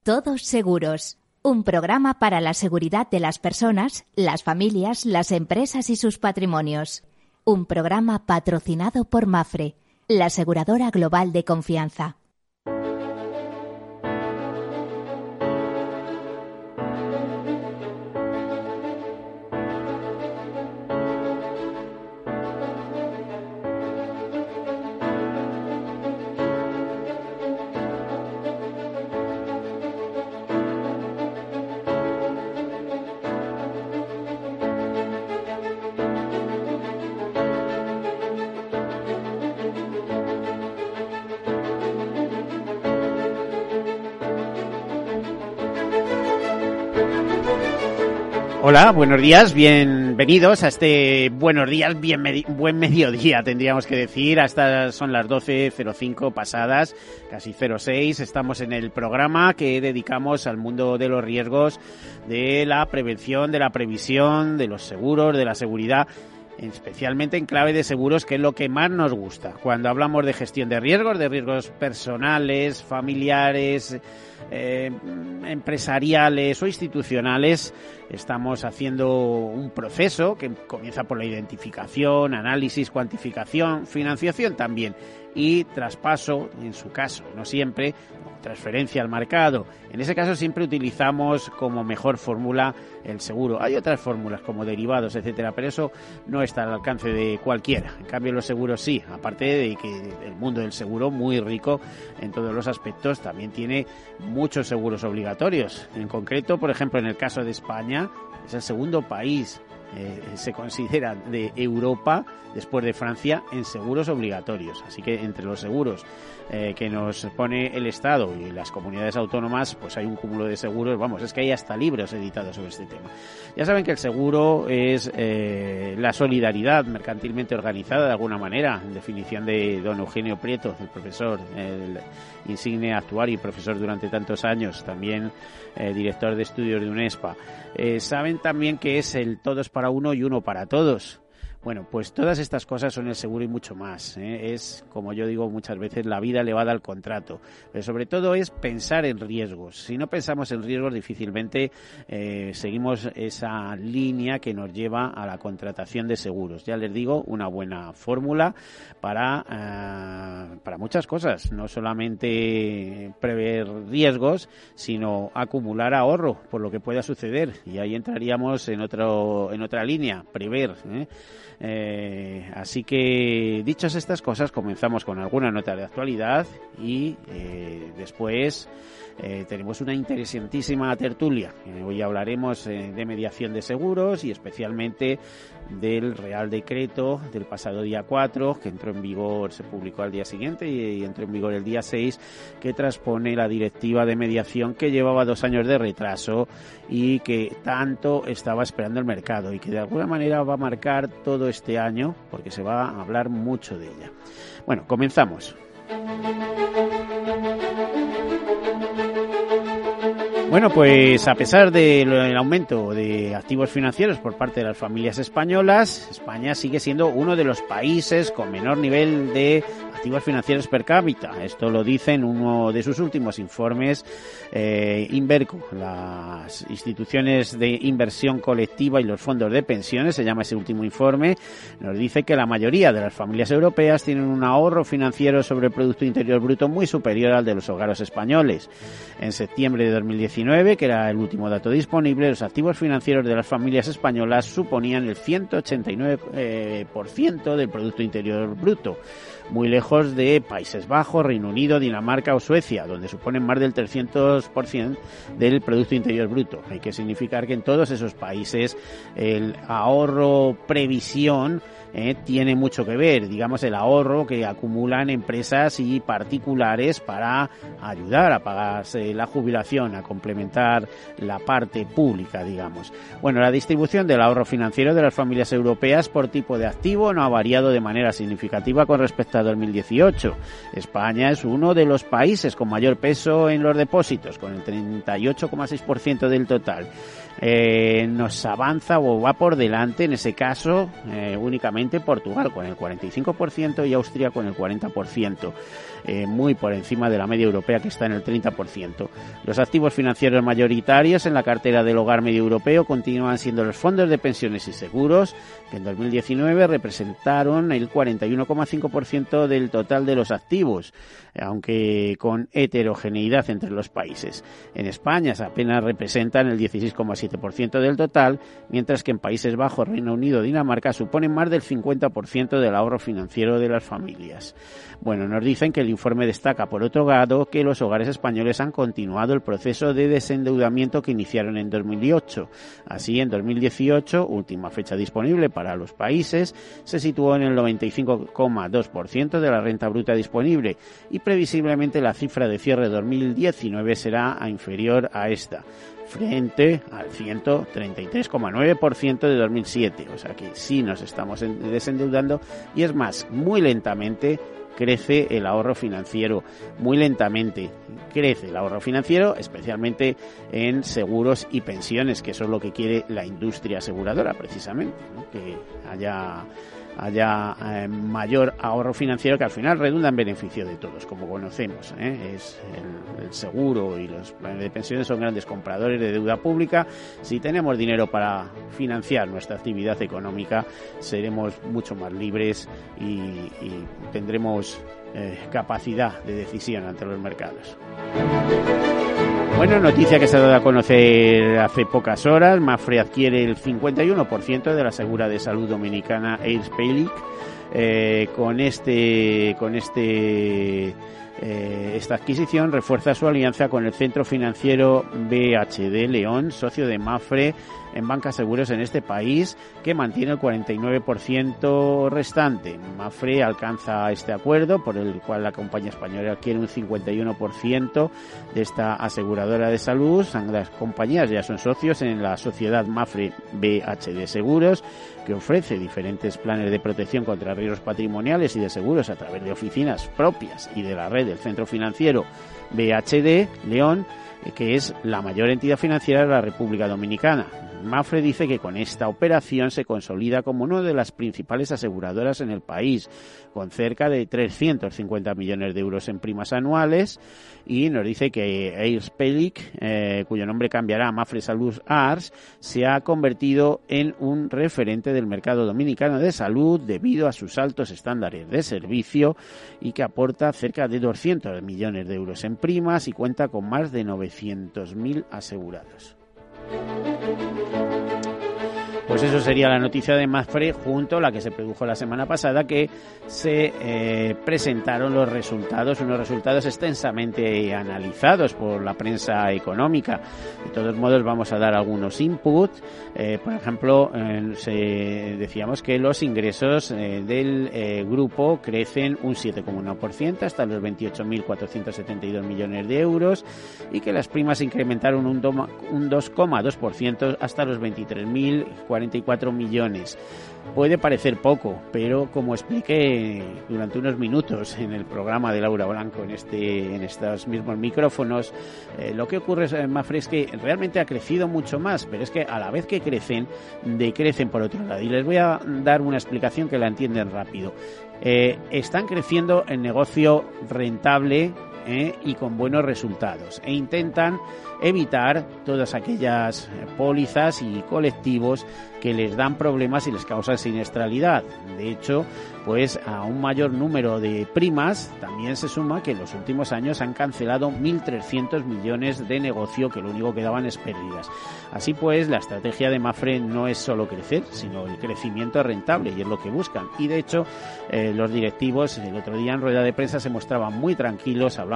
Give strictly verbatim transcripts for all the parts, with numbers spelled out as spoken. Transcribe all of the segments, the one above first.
Todos Seguros, un programa para la seguridad de las personas, las familias, las empresas y sus patrimonios. Un programa patrocinado por Mapfre, la aseguradora global de confianza. Hola, buenos días, bienvenidos a este buenos días, bien medi- buen mediodía, tendríamos que decir. Estas son las doce cero cinco pasadas, casi cero seis. Estamos en el programa que dedicamos al mundo de los riesgos, de la prevención, de la previsión, de los seguros, de la seguridad, especialmente en clave de seguros, que es lo que más nos gusta. Cuando hablamos de gestión de riesgos, de riesgos personales, familiares, eh, empresariales o institucionales, estamos haciendo un proceso que comienza por la identificación, análisis, cuantificación, financiación también y traspaso, en su caso, no siempre, transferencia al mercado. En ese caso siempre utilizamos como mejor fórmula el seguro. Hay otras fórmulas como derivados, etcétera, pero eso no está al alcance de cualquiera. En cambio, los seguros sí, aparte de que el mundo del seguro, muy rico en todos los aspectos, también tiene muchos seguros obligatorios. En concreto, por ejemplo, en el caso de España, es el segundo país Eh, se considera de Europa, después de Francia, en seguros obligatorios. Así que entre los seguros eh, que nos pone el Estado y las comunidades autónomas, pues hay un cúmulo de seguros. Vamos, es que hay hasta libros editados sobre este tema. Ya saben que el seguro es eh, la solidaridad mercantilmente organizada, de alguna manera, en definición de don Eugenio Prieto, el profesor, el insigne actuario y profesor durante tantos años, también eh, director de estudios de UNESPA. Eh, saben también que es el todos para uno y uno para todos. Bueno, pues todas estas cosas son el seguro y mucho más, ¿eh? Es, como yo digo muchas veces, la vida elevada al contrato. Pero sobre todo es pensar en riesgos. Si no pensamos en riesgos, difícilmente eh, seguimos esa línea que nos lleva a la contratación de seguros. Ya les digo, una buena fórmula para, eh, para muchas cosas. No solamente prever riesgos, sino acumular ahorro por lo que pueda suceder. Y ahí entraríamos en, otro, en otra línea, prever, ¿eh? Eh, así que, dichas estas cosas, comenzamos con alguna nota de actualidad y eh, después eh, tenemos una interesantísima tertulia. Eh, hoy hablaremos eh, de mediación de seguros y especialmente del Real Decreto del pasado día cuatro, que entró en vigor, se publicó al día siguiente y, y entró en vigor el día seis, que transpone la directiva de mediación que llevaba dos años de retraso y que tanto estaba esperando el mercado y que de alguna manera va a marcar todo este año porque se va a hablar mucho de ella. Bueno, comenzamos. Bueno, pues a pesar del aumento de activos financieros por parte de las familias españolas, España sigue siendo uno de los países con menor nivel de activos financieros per cápita. Esto lo dice en uno de sus últimos informes eh, Inverco, las instituciones de inversión colectiva y los fondos de pensiones, se llama ese último informe, nos dice que la mayoría de las familias europeas tienen un ahorro financiero sobre el Producto Interior Bruto muy superior al de los hogares españoles. En septiembre de dos mil diecinueve, que era el último dato disponible, los activos financieros de las familias españolas suponían el ciento ochenta y nueve por ciento eh, del Producto Interior Bruto, muy lejos de Países Bajos, Reino Unido, Dinamarca o Suecia, donde suponen más del trescientos por ciento del Producto Interior Bruto. Hay que significar que en todos esos países el ahorro previsión eh, tiene mucho que ver, digamos, el ahorro que acumulan empresas y particulares para ayudar a pagarse la jubilación, a complementar la parte pública, digamos. Bueno, la distribución del ahorro financiero de las familias europeas por tipo de activo no ha variado de manera significativa con respecto a dos mil dieciocho. España es uno de los países con mayor peso en los depósitos, con el treinta y ocho coma seis por ciento del total. Eh, nos avanza o va por delante, en ese caso, eh, únicamente Portugal con el cuarenta y cinco por ciento y Austria con el cuarenta por ciento. Eh, muy por encima de la media europea, que está en el treinta por ciento. Los activos financieros mayoritarios en la cartera del hogar medio europeo continúan siendo los fondos de pensiones y seguros, que en dos mil diecinueve representaron el cuarenta y uno coma cinco por ciento del total de los activos, aunque con heterogeneidad entre los países. En España apenas representan el dieciséis coma siete por ciento del total, mientras que en Países Bajos, Reino Unido, Dinamarca suponen más del cincuenta por ciento del ahorro financiero de las familias. Bueno, nos dicen que el informe destaca, por otro lado, que los hogares españoles han continuado el proceso de desendeudamiento que iniciaron en dos mil ocho. Así, en dos mil dieciocho, última fecha disponible para los países, se situó en el noventa y cinco coma dos por ciento de la renta bruta disponible y previsiblemente la cifra de cierre de dos mil diecinueve será inferior a esta, frente al ciento treinta y tres coma nueve por ciento de dos mil siete. O sea que sí nos estamos desendeudando y, es más, muy lentamente crece el ahorro financiero, muy lentamente crece el ahorro financiero, especialmente en seguros y pensiones, que eso es lo que quiere la industria aseguradora, precisamente, ¿no? Que haya haya eh, mayor ahorro financiero, que al final redunda en beneficio de todos, como conocemos, ¿eh? Es el, el seguro y los planes de pensiones son grandes compradores de deuda pública. Si tenemos dinero para financiar nuestra actividad económica, seremos mucho más libres y, y tendremos eh, capacidad de decisión ante los mercados. Bueno, noticia que se ha dado a conocer hace pocas horas. Mapfre adquiere el cincuenta y uno por ciento de la asegura de salud dominicana Ayr Pellic. Eh, con este, con este, eh, esta adquisición refuerza su alianza con el centro financiero B H D León, socio de Mapfre en banca seguros en este país, que mantiene el cuarenta y nueve por ciento restante. Mapfre alcanza este acuerdo por el cual la compañía española adquiere un cincuenta y uno por ciento de esta aseguradora de salud. Las compañías ya son socios en la sociedad Mapfre B H D Seguros, que ofrece diferentes planes de protección contra riesgos patrimoniales y de seguros a través de oficinas propias y de la red del centro financiero B H D León, que es la mayor entidad financiera de la República Dominicana. Mapfre dice que con esta operación se consolida como una de las principales aseguradoras en el país, con cerca de trescientos cincuenta millones de euros en primas anuales, y nos dice que Ayr Pellic, eh, cuyo nombre cambiará a Mapfre Salud Ars, se ha convertido en un referente del mercado dominicano de salud debido a sus altos estándares de servicio, y que aporta cerca de doscientos millones de euros en primas y cuenta con más de novecientos mil asegurados. Pues eso sería la noticia de Mapfre, junto a la que se produjo la semana pasada, que se eh, presentaron los resultados, unos resultados extensamente analizados por la prensa económica. De todos modos, vamos a dar algunos inputs. Eh, por ejemplo, eh, se, decíamos que los ingresos eh, del eh, grupo crecen un siete coma uno por ciento hasta los veintiocho mil cuatrocientos setenta y dos millones de euros, y que las primas incrementaron un, doma, un dos coma dos por ciento hasta los veintitrés mil cuarenta y cuatro millones. Puede parecer poco, pero como expliqué durante unos minutos en el programa de Laura Blanco en este en estos mismos micrófonos, eh, lo que ocurre en Mapfre es que realmente ha crecido mucho más, pero es que a la vez que crecen, decrecen por otro lado. Y les voy a dar una explicación que la entienden rápido. Eh, están creciendo en negocio rentable eh, y con buenos resultados, e intentan evitar todas aquellas pólizas y colectivos que les dan problemas y les causan siniestralidad. De hecho, pues a un mayor número de primas también se suma que en los últimos años han cancelado mil trescientos millones de negocio, que lo único que daban es pérdidas. Así pues, la estrategia de Mapfre no es solo crecer, sino el crecimiento rentable, y es lo que buscan. Y de hecho, eh, los directivos el otro día en rueda de prensa se mostraban muy tranquilos, hablaban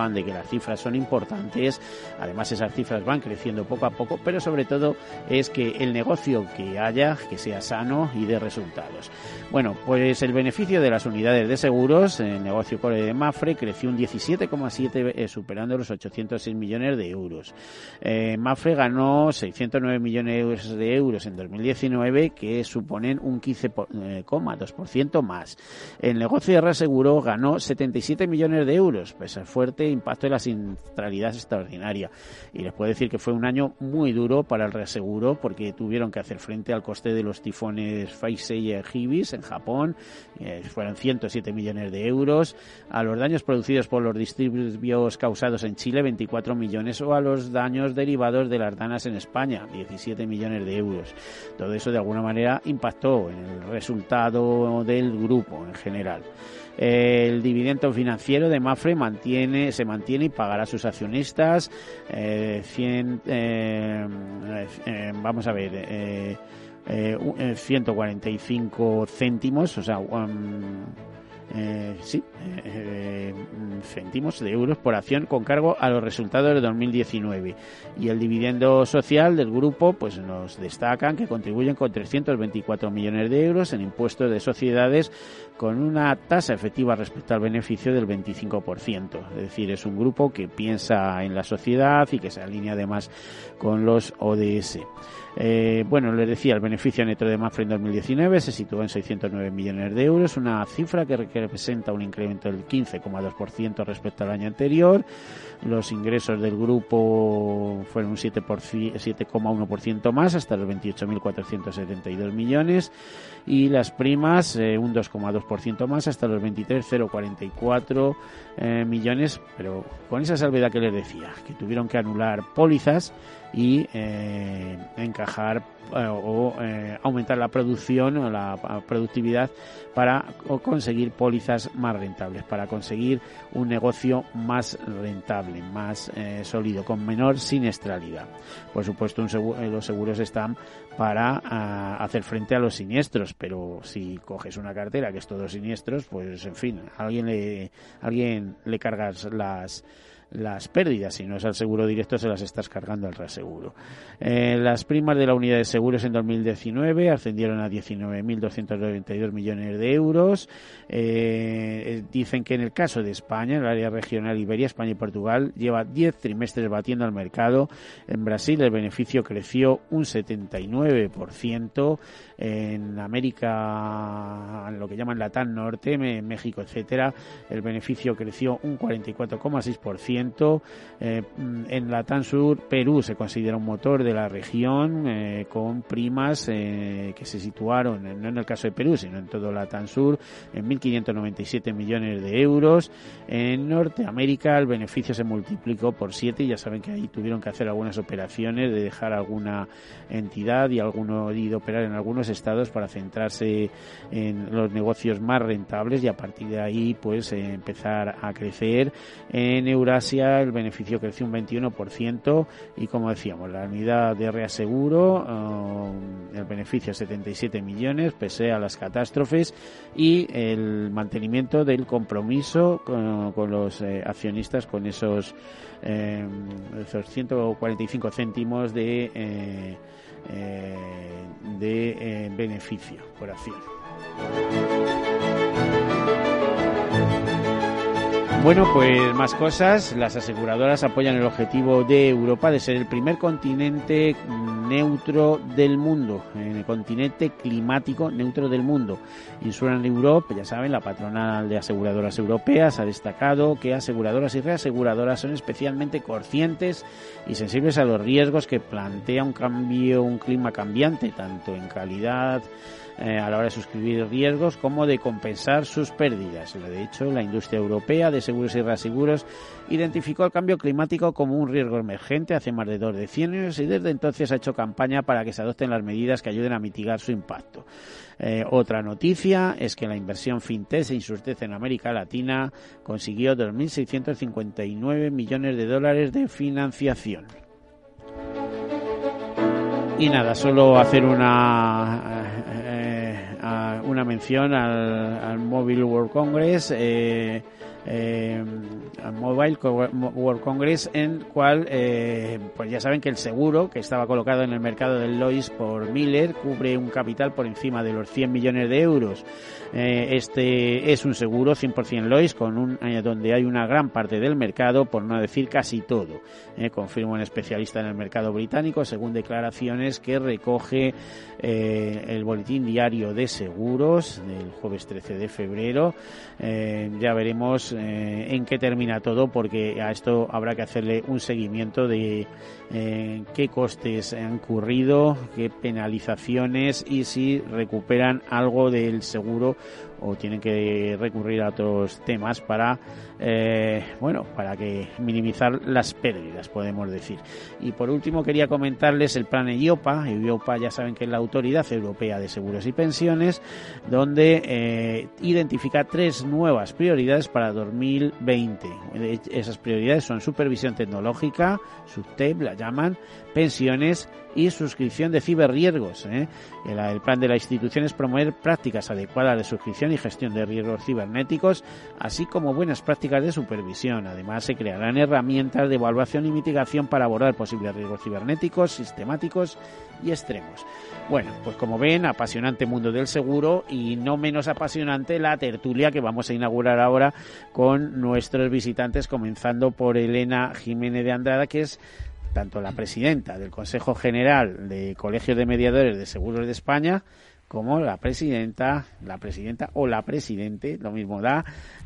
hablaban de que las cifras son importantes, además esas cifras van creciendo poco a poco, pero sobre todo es que el negocio que haya, que sea sano y de resultados. Bueno, pues el beneficio de las unidades de seguros, el negocio core de Mapfre, creció un diecisiete coma siete, eh, superando los ochocientos seis millones de euros. Eh, Mapfre ganó seiscientos nueve millones de euros en dos mil diecinueve, que suponen un quince coma dos por ciento más. El negocio de reaseguro ganó setenta y siete millones de euros, pese al fuerte impacto de la siniestralidad extraordinaria. Y les puedo decir que fue un año muy duro para el reaseguro, porque tuvieron que hacer frente al coste de los tifones Faisei y Hibis en Japón, eh, fueron ciento siete millones de euros, a los daños producidos por los disturbios causados en Chile, veinticuatro millones, o a los daños derivados de las danas en España, diecisiete millones de euros. Todo eso de alguna manera impactó en el resultado del grupo en general. El dividendo financiero de Mapfre mantiene, se mantiene y pagará a sus accionistas eh, cien, eh, eh, vamos a ver, eh, eh, ciento cuarenta y cinco céntimos, o sea, um, Eh, sí, eh, céntimos de euros por acción con cargo a los resultados de dos mil diecinueve. Y el dividendo social del grupo, pues nos destacan que contribuyen con trescientos veinticuatro millones de euros en impuestos de sociedades, con una tasa efectiva respecto al beneficio del veinticinco por ciento. Es decir, es un grupo que piensa en la sociedad y que se alinea además con los O D S. Eh, bueno, les decía, el beneficio neto de Mapfre en dos mil diecinueve se situó en seiscientos nueve millones de euros, una cifra que representa un incremento del quince coma dos por ciento respecto al año anterior. Los ingresos del grupo fueron un siete coma uno por ciento más, hasta los veintiocho mil cuatrocientos setenta y dos millones, y las primas eh, un dos coma dos por ciento más, hasta los veintitrés mil cuarenta y cuatro eh, millones, pero con esa salvedad que les decía, que tuvieron que anular pólizas y eh, encajar eh, o eh, aumentar la producción o la productividad para conseguir pólizas más rentables, para conseguir un negocio más rentable, más eh, sólido, con menor siniestralidad. Por supuesto, un seguro, los seguros están para a, hacer frente a los siniestros, pero si coges una cartera que es todo siniestros, pues en fin, a alguien le, a alguien le cargas las las pérdidas, si no es al seguro directo se las estás cargando al reaseguro. Eh, las primas de la unidad de seguros en dos mil diecinueve ascendieron a diecinueve mil doscientos noventa y dos millones de euros. Eh, dicen que en el caso de España, en el área regional Iberia, España y Portugal, lleva diez trimestres batiendo al mercado. En Brasil el beneficio creció un setenta y nueve por ciento. En América, en lo que llaman Latam Norte, México, etcétera, el beneficio creció un cuarenta y cuatro coma seis por ciento. Eh, en Latam Sur, Perú se considera un motor de la región, eh, con primas eh, que se situaron, no en el caso de Perú, sino en todo Latam Sur, en mil quinientos noventa y siete millones de euros. En Norteamérica el beneficio se multiplicó por siete y ya saben que ahí tuvieron que hacer algunas operaciones de dejar alguna entidad y, alguno, y de operar en algunos estados para centrarse en los negocios más rentables y a partir de ahí pues eh, empezar a crecer. En Eurasia el beneficio creció un veintiuno por ciento y, como decíamos, la unidad de reaseguro, uh, el beneficio setenta y siete millones pese a las catástrofes y el mantenimiento del compromiso con, con los eh, accionistas, con esos, eh, esos ciento cuarenta y cinco céntimos de, eh, eh, de eh, beneficio por acción. Bueno, pues más cosas. Las aseguradoras apoyan el objetivo de Europa de ser el primer continente neutro del mundo, el continente climático neutro del mundo. Insurance Europe, ya saben, la patronal de aseguradoras europeas, ha destacado que aseguradoras y reaseguradoras son especialmente conscientes y sensibles a los riesgos que plantea un cambio, un clima cambiante, tanto en calidad Eh, a la hora de suscribir riesgos como de compensar sus pérdidas. De hecho, la industria europea de seguros y reaseguros identificó el cambio climático como un riesgo emergente hace más de dos decenios y desde entonces ha hecho campaña para que se adopten las medidas que ayuden a mitigar su impacto. Eh, otra noticia es que la inversión fintech e insurtech en América Latina consiguió dos mil seiscientos cincuenta y nueve millones de dólares de financiación. Y nada, solo hacer una una mención al, al Mobile World Congress. Eh, eh, Mobile World Congress, en cual eh, pues ya saben que el seguro que estaba colocado en el mercado del Lloyds por Miller cubre un capital por encima de los cien millones de euros. Eh, este es un seguro cien por ciento Lloyds, con un eh, donde hay una gran parte del mercado, por no decir casi todo, eh, confirma un especialista en el mercado británico, según declaraciones que recoge eh, el boletín diario de seguros del jueves trece de febrero. Eh, ya veremos eh, en qué termina todo, porque a esto habrá que hacerle un seguimiento de eh, qué costes han ocurrido, qué penalizaciones y si recuperan algo del seguro o tienen que recurrir a otros temas para eh, bueno, para que minimizar las pérdidas, podemos decir. Y por último quería comentarles el plan EIOPA. EIOPA ya saben que es la Autoridad Europea de Seguros y Pensiones, donde eh, identifica tres nuevas prioridades para dos mil veinte. Esas prioridades son supervisión tecnológica, SUBTEP la llaman, pensiones y suscripción de ciberriesgos. ¿eh? El, el plan de la institución es promover prácticas adecuadas de suscripción y gestión de riesgos cibernéticos, así como buenas prácticas de supervisión. Además, se crearán herramientas de evaluación y mitigación para abordar posibles riesgos cibernéticos, sistemáticos y extremos. Bueno, pues como ven, apasionante mundo del seguro, y no menos apasionante la tertulia que vamos a inaugurar ahora con nuestros visitantes, comenzando por Elena Jiménez de Andrada, que es tanto la presidenta del Consejo General de Colegios de Mediadores de Seguros de España, como la presidenta, la presidenta o la presidente, lo mismo da,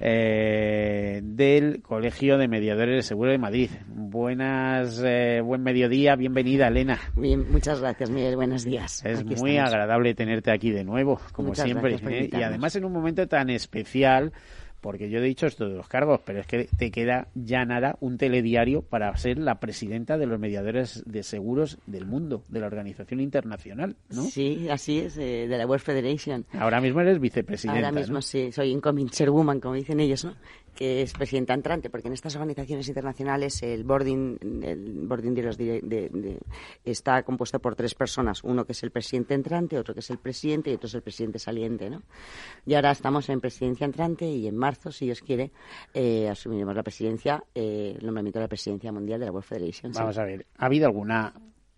eh, del Colegio de Mediadores de Seguros de Madrid. Buenas, eh, buen mediodía, bienvenida, Elena. Bien, muchas gracias, Miguel, buenos días. Es aquí muy estamos. agradable tenerte aquí de nuevo, como muchas siempre, ¿eh? Y además en un momento tan especial, porque yo he dicho esto de los cargos, pero es que te queda ya nada un telediario para ser la presidenta de los mediadores de seguros del mundo, de la organización internacional, ¿no? Sí, así es, eh, de la World Federation. Ahora mismo eres vicepresidenta, Ahora mismo ¿no? Sí, soy incoming chairwoman, como dicen ellos, ¿no? Que es presidenta entrante, porque en estas organizaciones internacionales el boarding, el boarding de los de, de, de, está compuesto por tres personas, uno que es el presidente entrante, otro que es el presidente y otro es el presidente saliente, ¿no? Y ahora estamos en presidencia entrante y en marzo, si Dios quiere, eh, asumiremos la presidencia, eh, el nombramiento de la presidencia mundial de la World Federation. Vamos sí. a ver, ¿ha habido alguna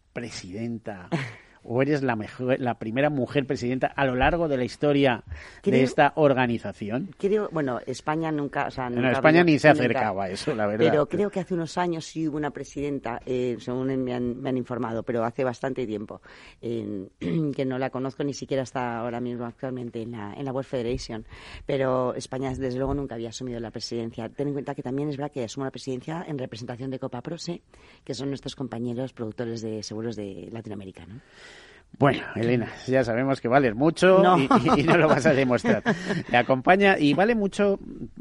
presidenta o eres la mejor, la primera mujer presidenta a lo largo de la historia creo, de esta organización? Creo, bueno, España nunca... O sea, nunca no, España había, ni se acercaba nunca, a eso, la verdad. Pero creo que hace unos años sí hubo una presidenta, eh, según me han, me han informado, pero hace bastante tiempo, eh, que no la conozco, ni siquiera está ahora mismo actualmente en la, en la World Federation. Pero España, desde luego, nunca había asumido la presidencia. Ten en cuenta que también es verdad que asumo la presidencia en representación de Copaprose, que son nuestros compañeros productores de seguros de Latinoamérica, ¿no? Bueno, Elena, ya sabemos que vales mucho no. Y, y, y no lo vas a demostrar. Te acompaña y vale mucho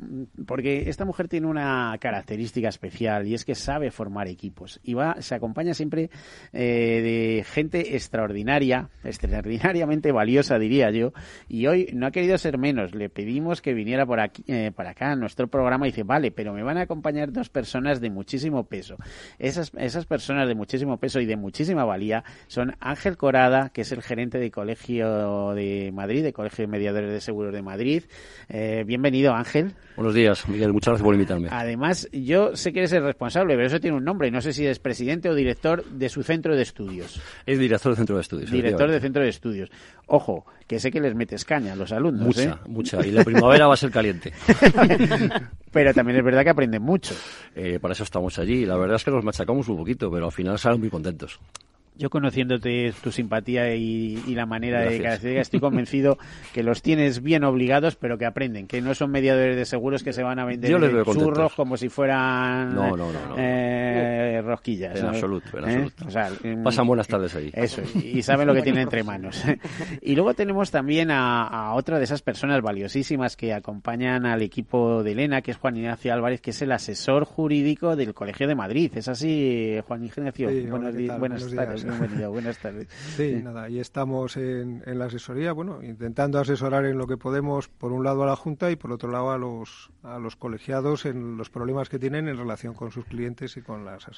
porque esta mujer tiene una característica especial y es que sabe formar equipos y va, se acompaña siempre eh, de gente extraordinaria, extraordinariamente valiosa, diría yo, y hoy no ha querido ser menos. Le pedimos que viniera por aquí, eh, para acá a nuestro programa y dice, vale, pero me van a acompañar dos personas de muchísimo peso. Esas, esas personas de muchísimo peso y de muchísima valía son Ángel Corada, que es el gerente de Colegio de Madrid, de Colegio de Mediadores de Seguros de Madrid. Eh, bienvenido, Ángel. Buenos días, Miguel. Muchas gracias por invitarme. Además, yo sé que eres el responsable, pero eso tiene un nombre. No sé si eres presidente o director de su centro de estudios. Es director del centro de estudios. Director del centro de estudios. Ojo, que sé que les metes caña a los alumnos. Mucha, ¿eh? mucha. Y la primavera va a ser caliente. Pero también es verdad que aprenden mucho. Eh, para eso estamos allí. La verdad es que nos machacamos un poquito, pero al final salen muy contentos. Yo, conociéndote tu simpatía y, y la manera Gracias. de característica, estoy convencido que los tienes bien obligados, pero que aprenden, que no son mediadores de seguros que se van a vender Yo les veo churros contentos. como si fueran no, no, no, no. Eh, rosquillas. En ¿no? absoluto, en ¿Eh? absoluto. O sea, pasan buenas tardes ahí. Eso, y saben lo que tienen entre manos. Y luego tenemos también a, a otra de esas personas valiosísimas que acompañan al equipo de Elena, que es Juan Ignacio Álvarez, que es el asesor jurídico del Colegio de Madrid. ¿Es así, Juan Ignacio? Sí, Buenos hola, ¿qué días, tal? buenas Buenos tardes, días. bienvenido, buenas tardes. Sí, nada, ahí estamos en, en la asesoría, bueno, intentando asesorar en lo que podemos, por un lado a la Junta y por otro lado a los a los colegiados en los problemas que tienen en relación con sus clientes y con las aseguradoras.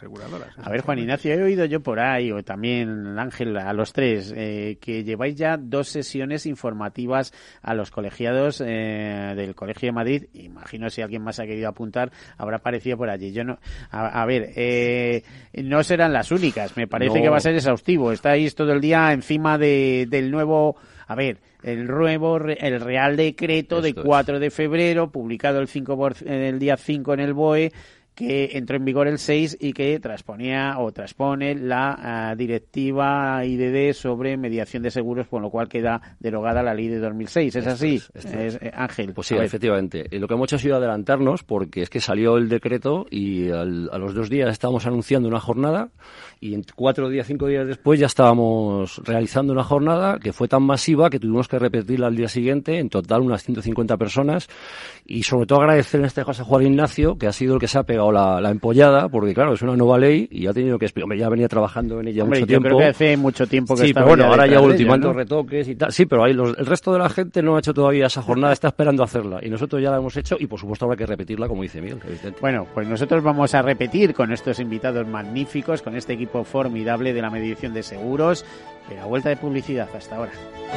aseguradoras. A ver, Juan Ignacio, he oído yo por ahí, o también Ángel, a los tres, eh, que lleváis ya dos sesiones informativas a los colegiados eh, del Colegio de Madrid. Imagino si alguien más ha querido apuntar, habrá aparecido por allí. Yo no. A, a ver, eh, no serán las únicas. Me parece no. que va a ser exhaustivo. Estáis todo el día encima de, del nuevo. A ver, el nuevo, el Real Decreto Esto de cuatro es. de febrero, publicado el cinco por, el día cinco en el B O E, que entró en vigor el seis y que transponía o transpone la uh, directiva I D D sobre mediación de seguros, con lo cual queda derogada la ley de dos mil seis. ¿Es esto así, es, es, es, Ángel? Pues sí, efectivamente. Lo que hemos hecho ha sido adelantarnos, porque es que salió el decreto y al, a los dos días estábamos anunciando una jornada, y en cuatro días, cinco días después ya estábamos realizando una jornada que fue tan masiva que tuvimos que repetirla al día siguiente, en total unas ciento cincuenta personas, y sobre todo agradecer en este caso a Juan Ignacio, que ha sido el que se ha pegado La, la empollada, porque claro, es una nueva ley y ha tenido que explicar. Ya venía trabajando en ella Hombre, mucho yo tiempo. creo que hace mucho tiempo que sí, está. Pero bueno, ahora ya ultimando ella, ¿no? retoques y tal. Sí, pero ahí los, el resto de la gente no ha hecho todavía esa jornada, está esperando hacerla. Y nosotros ya la hemos hecho y por supuesto habrá que repetirla, como dice Miguel. Bueno, pues nosotros vamos a repetir con estos invitados magníficos, con este equipo formidable de la mediación de seguros. Pero a vuelta de publicidad, hasta ahora.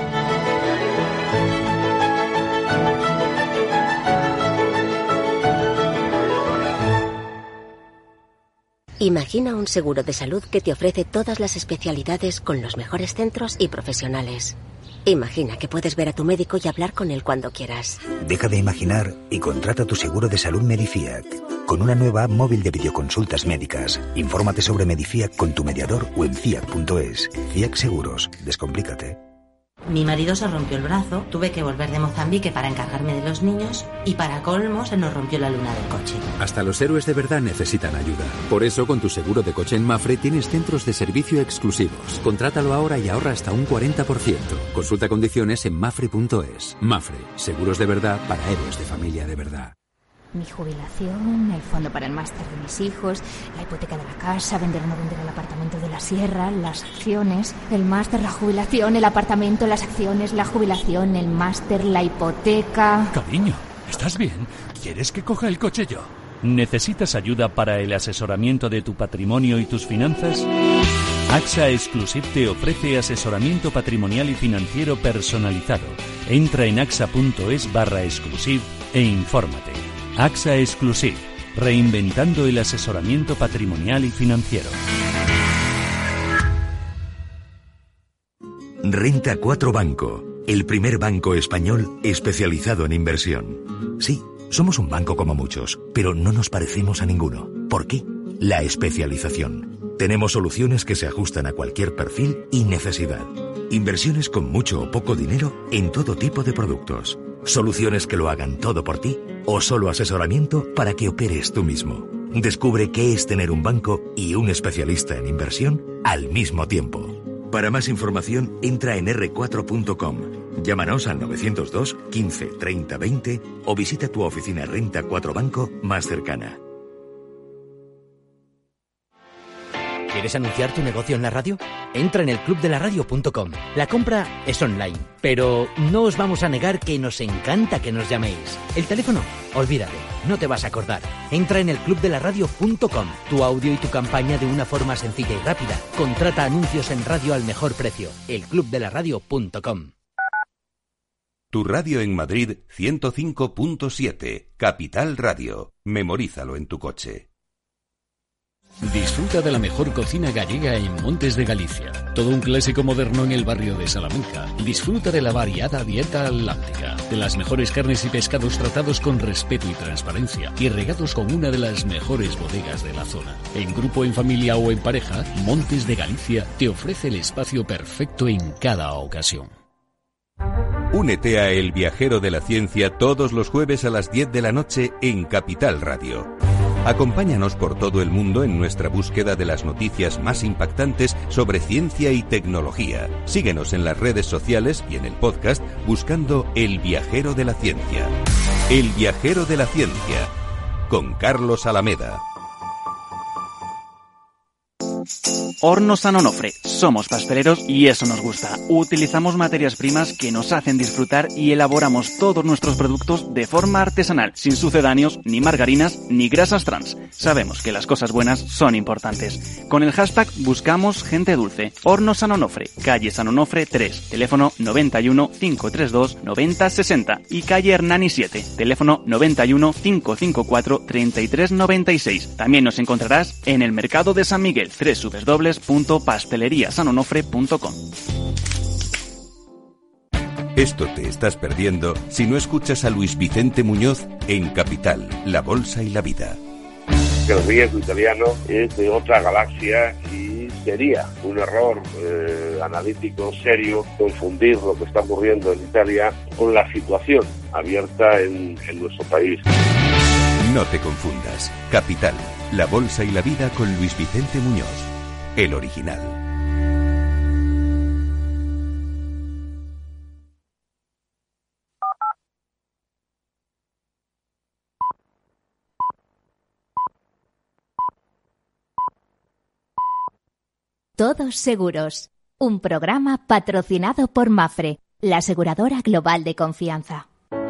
Imagina un seguro de salud que te ofrece todas las especialidades con los mejores centros y profesionales. Imagina que puedes ver a tu médico y hablar con él cuando quieras. Deja de imaginar y contrata tu seguro de salud Medifiac. Con una nueva app móvil de videoconsultas médicas. Infórmate sobre Medifiac con tu mediador o en fiac punto es. Fiac Seguros. Descomplícate. Mi marido se rompió el brazo, tuve que volver de Mozambique para encargarme de los niños y para colmo se nos rompió la luna del coche. Hasta los héroes de verdad necesitan ayuda. Por eso con tu seguro de coche en Mafre tienes centros de servicio exclusivos. Contrátalo ahora y ahorra hasta un cuarenta por ciento. Consulta condiciones en mafre punto es. Mafre, seguros de verdad para héroes de familia de verdad. Mi jubilación, el fondo para el máster de mis hijos, la hipoteca de la casa, vender o no vender el apartamento de la sierra, las acciones, el máster, la jubilación, el apartamento, las acciones, la jubilación, el máster, la hipoteca... Cariño, ¿estás bien? ¿Quieres que coja el coche yo? ¿Necesitas ayuda para el asesoramiento de tu patrimonio y tus finanzas? AXA Exclusive te ofrece asesoramiento patrimonial y financiero personalizado. Entra en axa punto es barra exclusive e infórmate. AXA Exclusive, reinventando el asesoramiento patrimonial y financiero. Renta cuatro Banco, el primer banco español especializado en inversión. Sí, somos un banco como muchos, pero no nos parecemos a ninguno. ¿Por qué? La especialización. Tenemos soluciones que se ajustan a cualquier perfil y necesidad. Inversiones con mucho o poco dinero en todo tipo de productos. Soluciones que lo hagan todo por ti o solo asesoramiento para que operes tú mismo. Descubre qué es tener un banco y un especialista en inversión al mismo tiempo. Para más información, entra en erre cuatro punto com. Llámanos al novecientos dos, quince, treinta, veinte o visita tu oficina Renta cuatro Banco más cercana. ¿Quieres anunciar tu negocio en la radio? Entra en el club de la radio punto com. La compra es online, pero no os vamos a negar que nos encanta que nos llaméis. El teléfono, olvídate, no te vas a acordar. Entra en el club de la radio punto com. Tu audio y tu campaña de una forma sencilla y rápida. Contrata anuncios en radio al mejor precio. el club de la radio punto com. Tu radio en Madrid ciento cinco punto siete. Capital Radio. Memorízalo en tu coche. Disfruta de la mejor cocina gallega en Montes de Galicia. Todo un clásico moderno en el barrio de Salamanca. Disfruta de la variada dieta atlántica, de las mejores carnes y pescados tratados con respeto y transparencia y regados con una de las mejores bodegas de la zona. En grupo, en familia o en pareja, Montes de Galicia te ofrece el espacio perfecto en cada ocasión. Únete a El Viajero de la Ciencia todos los jueves a las diez de la noche en Capital Radio. Acompáñanos por todo el mundo en nuestra búsqueda de las noticias más impactantes sobre ciencia y tecnología. Síguenos en las redes sociales y en el podcast buscando El Viajero de la Ciencia. El Viajero de la Ciencia, con Carlos Alameda. Hornos San Onofre. Somos pasteleros y eso nos gusta. Utilizamos materias primas que nos hacen disfrutar y elaboramos todos nuestros productos de forma artesanal, sin sucedáneos, ni margarinas, ni grasas trans. Sabemos que las cosas buenas son importantes. Con el hashtag buscamos gente dulce. Hornos San Onofre, calle San Onofre tres, teléfono noventa y uno, cinco treinta y dos, noventa sesenta y calle Hernani siete, teléfono noventa y uno, cinco cincuenta y cuatro, treinta y tres noventa y seis. También nos encontrarás en el Mercado de San Miguel, doble u doble u doble u punto pastelería san onofre punto com. Esto te estás perdiendo si no escuchas a Luis Vicente Muñoz en Capital, La Bolsa y la Vida. El riesgo italiano es de otra galaxia y sería un error eh, analítico serio confundir lo que está ocurriendo en Italia con la situación abierta en, en nuestro país. No te confundas. Capital, La Bolsa y la Vida con Luis Vicente Muñoz, el original. Todos Seguros, un programa patrocinado por Mafre, la aseguradora global de confianza.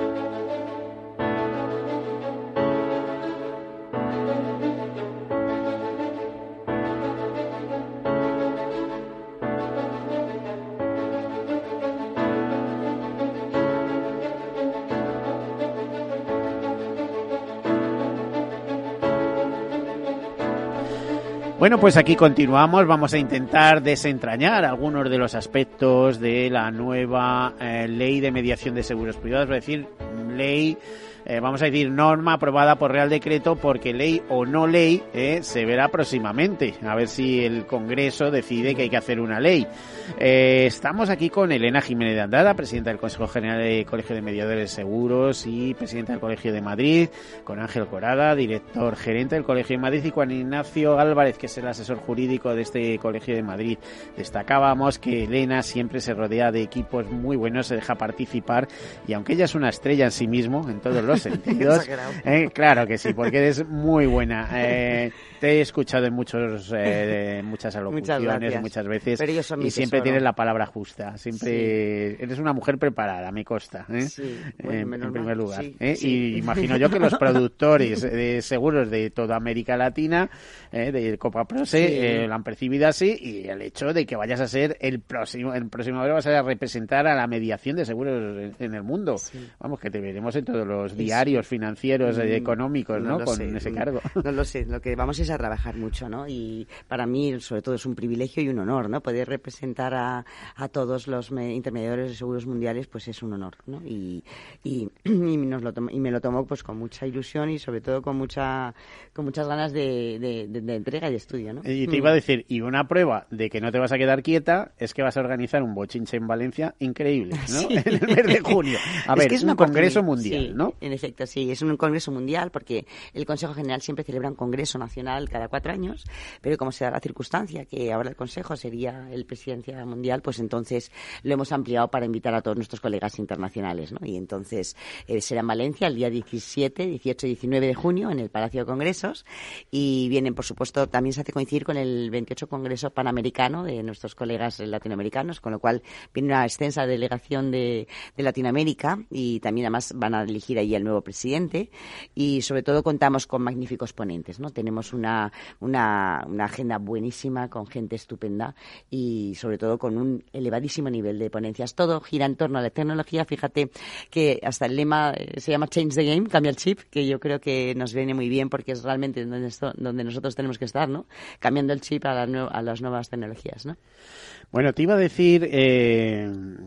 Bueno, pues aquí continuamos, vamos a intentar desentrañar algunos de los aspectos de la nueva eh, ley de mediación de seguros privados, es decir, ley, eh, vamos a decir norma aprobada por Real Decreto, porque ley o no ley eh, se verá próximamente, a ver si el Congreso decide que hay que hacer una ley. Eh, estamos aquí con Elena Jiménez de Andrada, presidenta del Consejo General del Colegio de Mediadores de Seguros y presidenta del Colegio de Madrid, con Ángel Corada, director gerente del Colegio de Madrid, y Juan Ignacio Álvarez, que es el asesor jurídico de este Colegio de Madrid. Destacábamos que Elena siempre se rodea de equipos muy buenos, se deja participar, y aunque ella es una estrella en sí mismo, en todos los sentidos, eh, claro que sí, porque eres muy buena. Eh, te he escuchado en muchos eh, muchas alocuciones, muchas, muchas veces, y siempre tesoro. Tienes la palabra justa. Siempre sí. Eres una mujer preparada, me consta, ¿eh? Sí, bueno, en, en primer lugar. Sí, ¿eh? Sí. Y imagino yo que los productores de seguros de toda América Latina, eh, de Copa Prose, sí. eh, lo han percibido así, y el hecho de que vayas a ser el próximo, el próximo año vas a representar a la mediación de seguros en, en el mundo. Sí. Vamos, que te veremos en todos los diarios sí. financieros, mm, económicos, ¿no? ¿no? Con sé. ese cargo. No lo sé, lo que vamos es a trabajar mucho, ¿no? Y para mí, sobre todo, es un privilegio y un honor, ¿no? Poder representar a, a todos los me, intermediarios de seguros mundiales, pues es un honor, ¿no? Y, y, y, nos lo tomo, y me lo tomo pues con mucha ilusión y sobre todo con mucha con muchas ganas de, de, de, de entrega y de estudio, ¿no? Y te iba a decir, y una prueba de que no te vas a quedar quieta es que vas a organizar un bochinche en Valencia increíble, ¿no? Sí. En el mes de junio. A es ver, que es un congreso mundial, sí, ¿no? En efecto, sí, es un congreso mundial porque el Consejo General siempre celebra un congreso nacional cada cuatro años, pero como se da la circunstancia que ahora el Consejo sería el presidencia mundial, pues entonces lo hemos ampliado para invitar a todos nuestros colegas internacionales, ¿no? Y entonces eh, será en Valencia el día diecisiete, dieciocho y diecinueve de junio en el Palacio de Congresos, y vienen, por supuesto, también se hace coincidir con el veintiocho Congreso Panamericano de nuestros colegas latinoamericanos, con lo cual viene una extensa delegación de, de Latinoamérica, y también además van a elegir ahí el nuevo presidente, y sobre todo contamos con magníficos ponentes, ¿no? Tenemos una, una, una agenda buenísima con gente estupenda y sobre todo con un elevadísimo nivel de ponencias. Todo gira en torno a la tecnología. Fíjate que hasta el lema eh, se llama Change the Game, cambia el chip, que yo creo que nos viene muy bien porque es realmente donde, esto, donde nosotros tenemos que estar, ¿no? Cambiando el chip a, la nue- a las nuevas tecnologías, ¿no? Bueno, te iba a decir eh,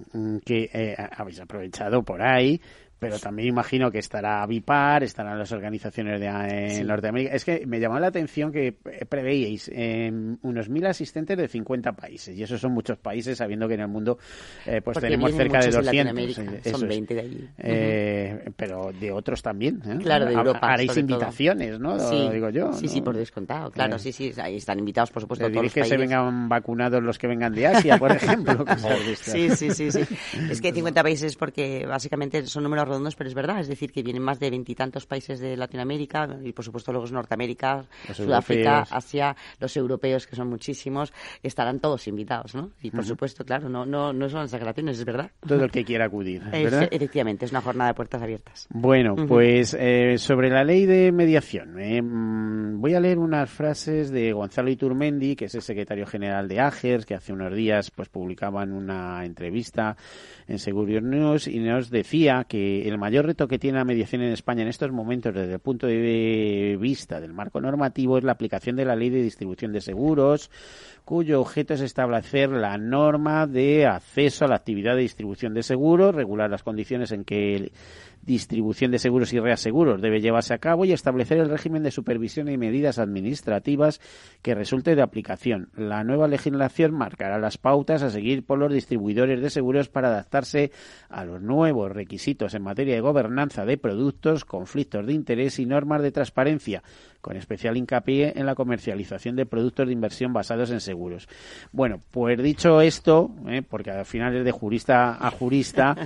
que eh, habéis aprovechado por ahí, pero también imagino que estará Vipar, estarán las organizaciones de eh, sí. Norteamérica. Es que me llamó la atención que preveíais eh, unos mil asistentes de cincuenta países, y esos son muchos países, sabiendo que en el mundo eh, pues Porque tenemos cerca de doscientos. Eh, son veinte de allí. Eh, uh-huh. Pero de otros también. ¿eh? Claro, de Europa. Haréis invitaciones, todo. ¿no? Sí, digo yo. Sí, ¿no? sí, por descontado. Claro, eh. sí, sí. Ahí están invitados, por supuesto, todos los que países. se vengan vacunados los que vengan de Asia, por ejemplo. sí, sí, sí, sí. Es que cincuenta países porque básicamente son número números redondos, pero es verdad, es decir, que vienen más de veintitantos países de Latinoamérica y, por supuesto, luego es Norteamérica, los Sudáfrica, europeos. Asia, los europeos, que son muchísimos, estarán todos invitados, ¿no? Y, por uh-huh. supuesto, claro, no no no son exageraciones, es verdad. Todo el que quiera acudir, ¿verdad? Es, efectivamente, es una jornada de puertas abiertas. Bueno, uh-huh. pues eh, sobre la ley de mediación, eh, voy a leer unas frases de Gonzalo Iturmendi, que es el secretario general de AGERS, que hace unos días pues publicaban una entrevista en Seguros News y nos decía que el mayor reto que tiene la mediación en España en estos momentos desde el punto de vista del marco normativo es la aplicación de la ley de distribución de seguros, cuyo objeto es establecer la norma de acceso a la actividad de distribución de seguros, regular las condiciones en que el distribución de seguros y reaseguros debe llevarse a cabo y establecer el régimen de supervisión y medidas administrativas que resulte de aplicación. La nueva legislación marcará las pautas a seguir por los distribuidores de seguros para adaptarse a los nuevos requisitos en materia de gobernanza de productos, conflictos de interés y normas de transparencia, con especial hincapié en la comercialización de productos de inversión basados en seguros. Bueno, pues dicho esto, eh, porque al final es de jurista a jurista,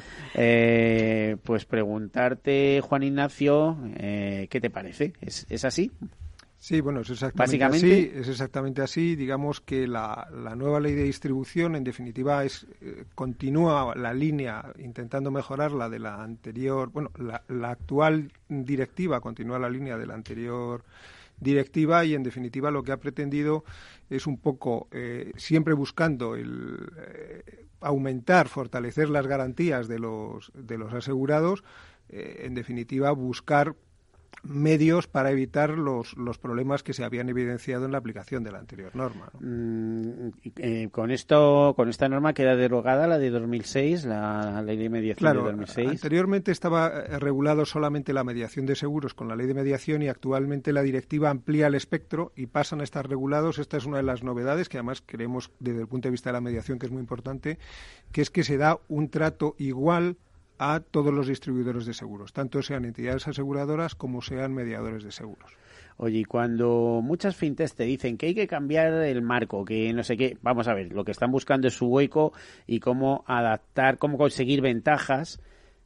eh, pues preguntarte, Juan Ignacio, eh, ¿qué te parece? ¿Es, es así? Sí, bueno, es exactamente así. Es exactamente así. Digamos que la, la nueva ley de distribución, en definitiva, es eh, continúa la línea intentando mejorar la de la anterior. Bueno, la, la actual directiva continúa la línea de la anterior directiva y, en definitiva, lo que ha pretendido es un poco eh, siempre buscando el eh, aumentar, fortalecer las garantías de los de los asegurados. Eh, en definitiva, buscar medios para evitar los, los problemas que se habían evidenciado en la aplicación de la anterior norma, ¿no? Mm, eh, con esto, con esta norma queda derogada la de dos mil seis, la ley de mediación claro, de dos mil seis. Anteriormente estaba regulado solamente la mediación de seguros con la ley de mediación y actualmente la directiva amplía el espectro y pasan a estar regulados. Esta es una de las novedades que además creemos desde el punto de vista de la mediación que es muy importante, que es que se da un trato igual a todos los distribuidores de seguros, tanto sean entidades aseguradoras como sean mediadores de seguros. Oye, y cuando muchas fintechs te dicen que hay que cambiar el marco, que no sé qué, vamos a ver, lo que están buscando es su hueco y cómo adaptar, cómo conseguir ventajas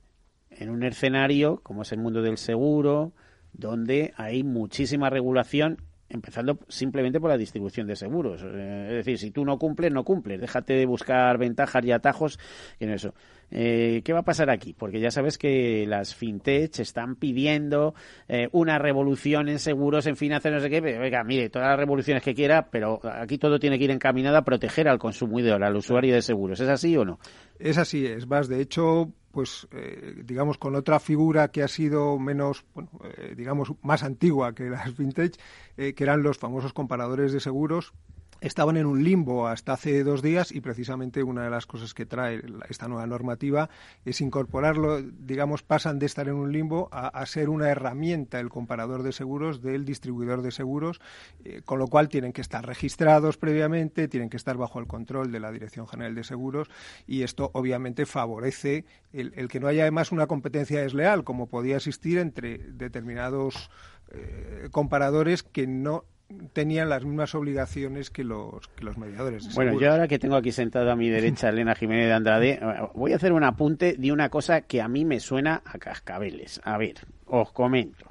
en un escenario como es el mundo del seguro, donde hay muchísima regulación, empezando simplemente por la distribución de seguros. Eh, es decir, si tú no cumples, no cumples. Déjate de buscar ventajas y atajos en eso. Eh, ¿Qué va a pasar aquí? Porque ya sabes que las fintech están pidiendo eh, una revolución en seguros, en finanzas, no sé qué. Venga, mire, todas las revoluciones que quiera, pero aquí todo tiene que ir encaminado a proteger al consumidor, al usuario de seguros. ¿Es así o no? Es así, es más. De hecho, pues eh, digamos con otra figura que ha sido menos, bueno, eh, digamos más antigua que las fintech, eh, que eran los famosos comparadores de seguros. Estaban en un limbo hasta hace dos días y precisamente una de las cosas que trae esta nueva normativa es incorporarlo, digamos, pasan de estar en un limbo a, a ser una herramienta el comparador de seguros del distribuidor de seguros, eh, con lo cual tienen que estar registrados previamente, tienen que estar bajo el control de la Dirección General de Seguros y esto obviamente favorece el, el que no haya además una competencia desleal como podía existir entre determinados eh, comparadores que no tenían las mismas obligaciones que los que los mediadores de Bueno, seguros. yo ahora que tengo aquí sentado a mi derecha Elena Jiménez de Andrade, voy a hacer un apunte de una cosa que a mí me suena a cascabeles. A ver, os comento.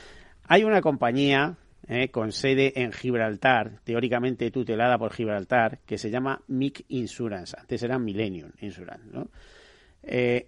Hay una compañía eh, con sede en Gibraltar, teóricamente tutelada por Gibraltar, que se llama M I C Insurance. Antes era Millennium Insurance, ¿no? Eh,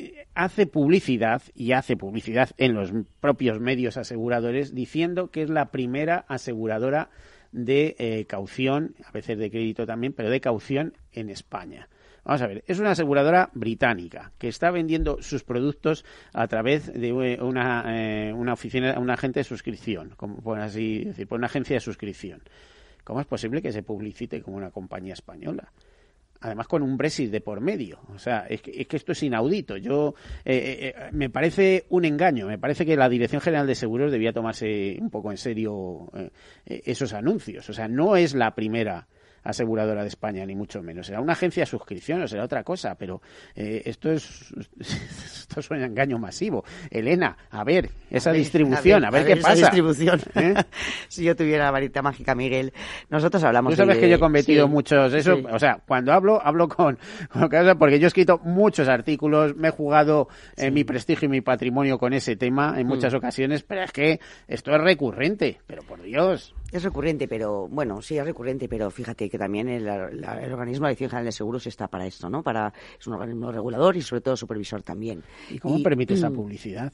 hace publicidad y hace publicidad en los propios medios aseguradores diciendo que es la primera aseguradora de eh, caución, a veces de crédito también, pero de caución en España. Vamos a ver, es una aseguradora británica que está vendiendo sus productos a través de una, eh, una oficina, un agente de suscripción, como por así decir, por una agencia de suscripción. ¿Cómo es posible que se publicite como una compañía española? Además con un Brexit de por medio. O sea, es que, es que esto es inaudito. Yo eh, eh, me parece un engaño. Me parece que la Dirección General de Seguros debía tomarse un poco en serio eh, esos anuncios. O sea, no es la primera aseguradora de España, ni mucho menos. Será una agencia de suscripción o será otra cosa, pero eh, esto es esto suena a engaño masivo. Elena, a ver, esa A ver, distribución, a ver, a ver qué esa pasa. Distribución. ¿Eh? Si yo tuviera la varita mágica, Miguel, nosotros hablamos. Tú sabes de... que yo he cometido sí, muchos, eso, sí. o sea, cuando hablo, hablo con, con porque yo he escrito muchos artículos, me he jugado sí. eh, mi prestigio y mi patrimonio con ese tema en muchas mm. ocasiones, pero es que esto es recurrente, pero por Dios. Es recurrente, pero bueno, sí es recurrente, pero fíjate que también el, la, el organismo de la Dirección General de Seguros está para esto, ¿no? Para es un organismo regulador y sobre todo supervisor también. ¿Y cómo y, permite esa publicidad?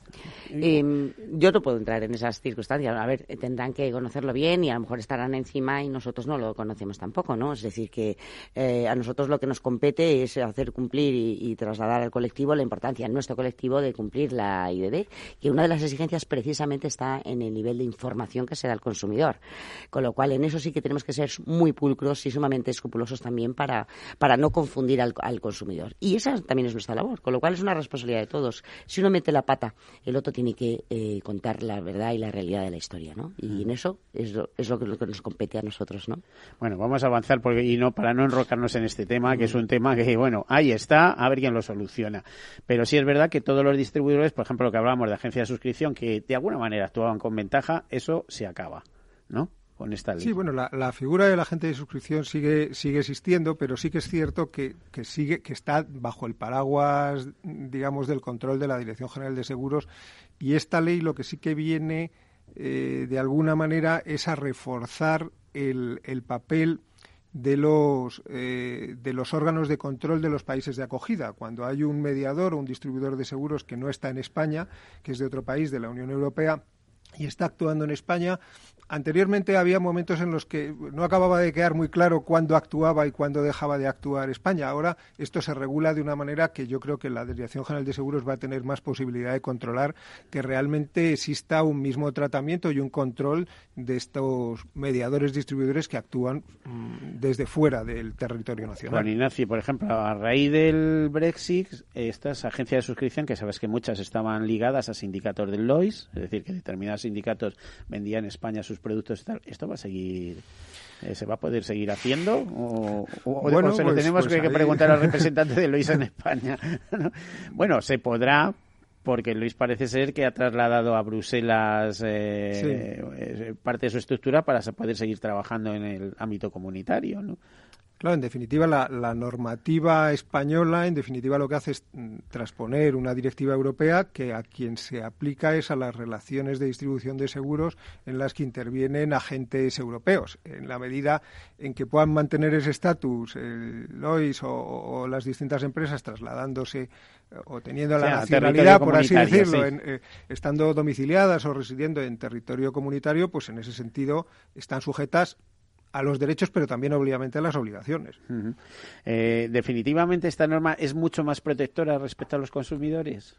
Eh, yo no puedo entrar en esas circunstancias. A ver, tendrán que conocerlo bien y a lo mejor estarán encima y nosotros no lo conocemos tampoco, ¿no? Es decir, que eh, a nosotros lo que nos compete es hacer cumplir y, y trasladar al colectivo la importancia en nuestro colectivo de cumplir la I D D, que una de las exigencias precisamente está en el nivel de información que se da al consumidor. Con lo cual, en eso sí que tenemos que ser muy pulcros y sumamente escrupulosos también para, para no confundir al, al consumidor. Y esa también es nuestra labor, con lo cual es una responsabilidad de todos. Si uno mete la pata, el otro tiene que eh, contar la verdad y la realidad de la historia, ¿no? Y en eso es lo, es lo, que, lo que nos compete a nosotros, ¿no? Bueno, vamos a avanzar porque, y no para no enrocarnos en este tema, que es un tema que, bueno, ahí está, a ver quién lo soluciona. Pero sí es verdad que todos los distribuidores, por ejemplo, lo que hablábamos de agencia de suscripción, que de alguna manera actuaban con ventaja, eso se acaba, ¿no? Con esta ley. Sí, bueno, la, la figura del agente de suscripción sigue sigue existiendo, pero sí que es cierto que, que sigue que está bajo el paraguas, digamos, del control de la Dirección General de Seguros, y esta ley lo que sí que viene eh, de alguna manera es a reforzar el, el papel de los eh, de los órganos de control de los países de acogida. Cuando hay un mediador o un distribuidor de seguros que no está en España, que es de otro país de la Unión Europea y está actuando en España, anteriormente había momentos en los que no acababa de quedar muy claro cuándo actuaba y cuándo dejaba de actuar España. Ahora esto se regula de una manera que yo creo que la Dirección General de Seguros va a tener más posibilidad de controlar que realmente exista un mismo tratamiento y un control de estos mediadores distribuidores que actúan mmm, desde fuera del territorio nacional. Juan Ignacio, por ejemplo, a raíz del Brexit, estas agencias de suscripción, que sabes que muchas estaban ligadas a sindicatos del L O I S, es decir, que determinados sindicatos vendían en España sus productos y tal, ¿esto va a seguir, eh, se va a poder seguir haciendo? ¿O, o, bueno, o se lo pues, tenemos pues que, que preguntar al representante de L O I S en España? ¿No? Bueno, se podrá, porque Luis parece ser que ha trasladado a Bruselas eh, sí. eh, parte de su estructura para poder seguir trabajando en el ámbito comunitario, ¿no? Claro, en definitiva, la, la normativa española, en definitiva, lo que hace es transponer una directiva europea que a quien se aplica es a las relaciones de distribución de seguros en las que intervienen agentes europeos. En la medida en que puedan mantener ese estatus, el L O I S o, o las distintas empresas trasladándose o teniendo o sea, la nacionalidad, por así decirlo, sí. en, eh, estando domiciliadas o residiendo en territorio comunitario, pues en ese sentido están sujetas a los derechos, pero también obviamente a las obligaciones. Uh-huh. Eh, definitivamente esta norma es mucho más protectora respecto a los consumidores.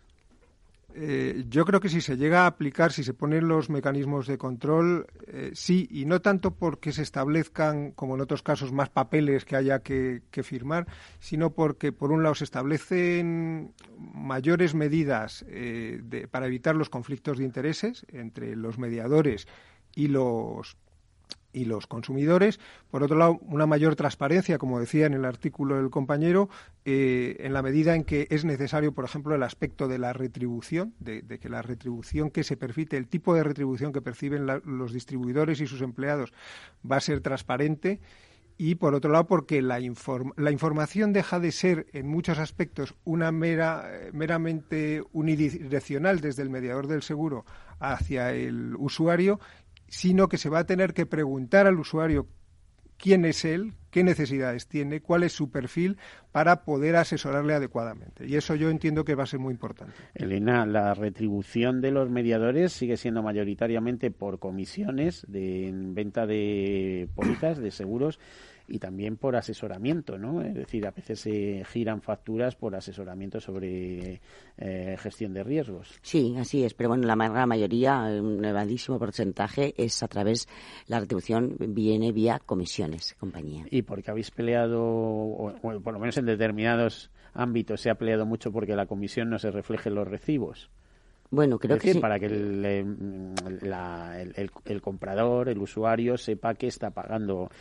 Eh, yo creo que si se llega a aplicar, si se ponen los mecanismos de control, eh, sí, y no tanto porque se establezcan, como en otros casos, más papeles que haya que, que firmar, sino porque, por un lado, se establecen mayores medidas eh, de, para evitar los conflictos de intereses entre los mediadores y los y los consumidores. Por otro lado, una mayor transparencia, como decía en el artículo del compañero, eh, en la medida en que es necesario, por ejemplo, el aspecto de la retribución, de, de que la retribución que se percibe, el tipo de retribución que perciben la, los distribuidores y sus empleados va a ser transparente. Y, por otro lado, porque la, inform- la información deja de ser, en muchos aspectos, una mera, meramente unidireccional desde el mediador del seguro hacia el usuario, sino que se va a tener que preguntar al usuario quién es él, qué necesidades tiene, cuál es su perfil para poder asesorarle adecuadamente. Y eso yo entiendo que va a ser muy importante. Elena, la retribución de los mediadores sigue siendo mayoritariamente por comisiones de en venta de pólizas, de seguros, y también por asesoramiento, ¿no? Es decir, a veces se giran facturas por asesoramiento sobre eh, gestión de riesgos. Sí, así es, pero bueno, la gran mayoría, un elevadísimo porcentaje, es a través, la retribución viene vía comisiones, compañía. ¿Y por qué habéis peleado, o, o por lo menos en determinados ámbitos se ha peleado mucho porque la comisión no se refleje en los recibos? Bueno, creo es decir, que sí. para que el, la, el, el, el comprador, el usuario, sepa que está pagando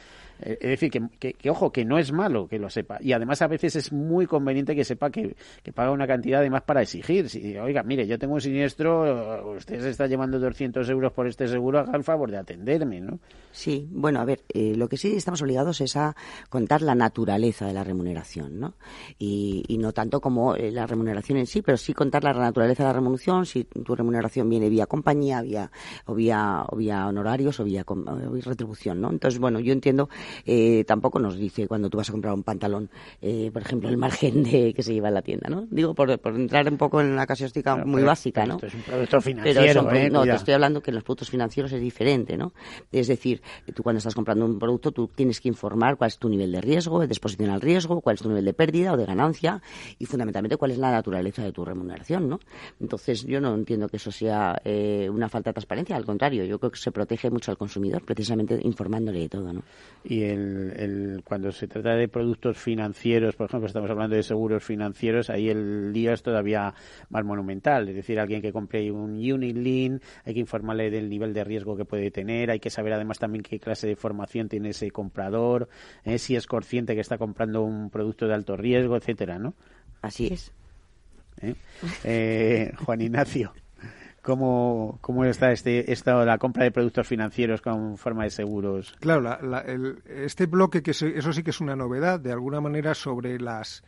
Es decir, que, que, que ojo, que no es malo que lo sepa. Y además a veces es muy conveniente que sepa que, que paga una cantidad además para exigir. Si, oiga, mire, yo tengo un siniestro, usted se está llevando doscientos euros por este seguro, haga el favor de atenderme, ¿no? Sí, bueno, a ver, eh, lo que sí estamos obligados es a contar la naturaleza de la remuneración, ¿no? Y, y no tanto como eh, la remuneración en sí, pero sí contar la naturaleza de la remuneración, si tu remuneración viene vía compañía, vía o vía, o vía honorarios o vía, o vía retribución, ¿no? Entonces, bueno, yo entiendo, eh, tampoco nos dice cuando tú vas a comprar un pantalón, eh, por ejemplo, el margen de que se lleva en la tienda, ¿no? Digo, por, por entrar un poco en la casuística claro, muy pero, básica, pero ¿no? Esto es un producto financiero, pero son, ¿eh? No, Cuidado. te estoy hablando que en los productos financieros es diferente, ¿no? Es decir, tú cuando estás comprando un producto, tú tienes que informar cuál es tu nivel de riesgo, de exposición al riesgo, cuál es tu nivel de pérdida o de ganancia y fundamentalmente cuál es la naturaleza de tu remuneración, ¿no? Entonces, yo no entiendo que eso sea eh, una falta de transparencia, al contrario, yo creo que se protege mucho al consumidor precisamente informándole de todo, ¿no? Y el, el, cuando se trata de productos financieros, por ejemplo, estamos hablando de seguros financieros, ahí el lío es todavía más monumental. Es decir, alguien que compre un Unit-Link, hay que informarle del nivel de riesgo que puede tener, hay que saber además también qué clase de formación tiene ese comprador, eh, si es consciente que está comprando un producto de alto riesgo, etcétera, ¿no? Así es. ¿Eh? Eh, Juan Ignacio, ¿cómo, cómo está este, esta, la compra de productos financieros con forma de seguros? Claro, la, la, el, este bloque, que se, eso sí que es una novedad, de alguna manera, sobre las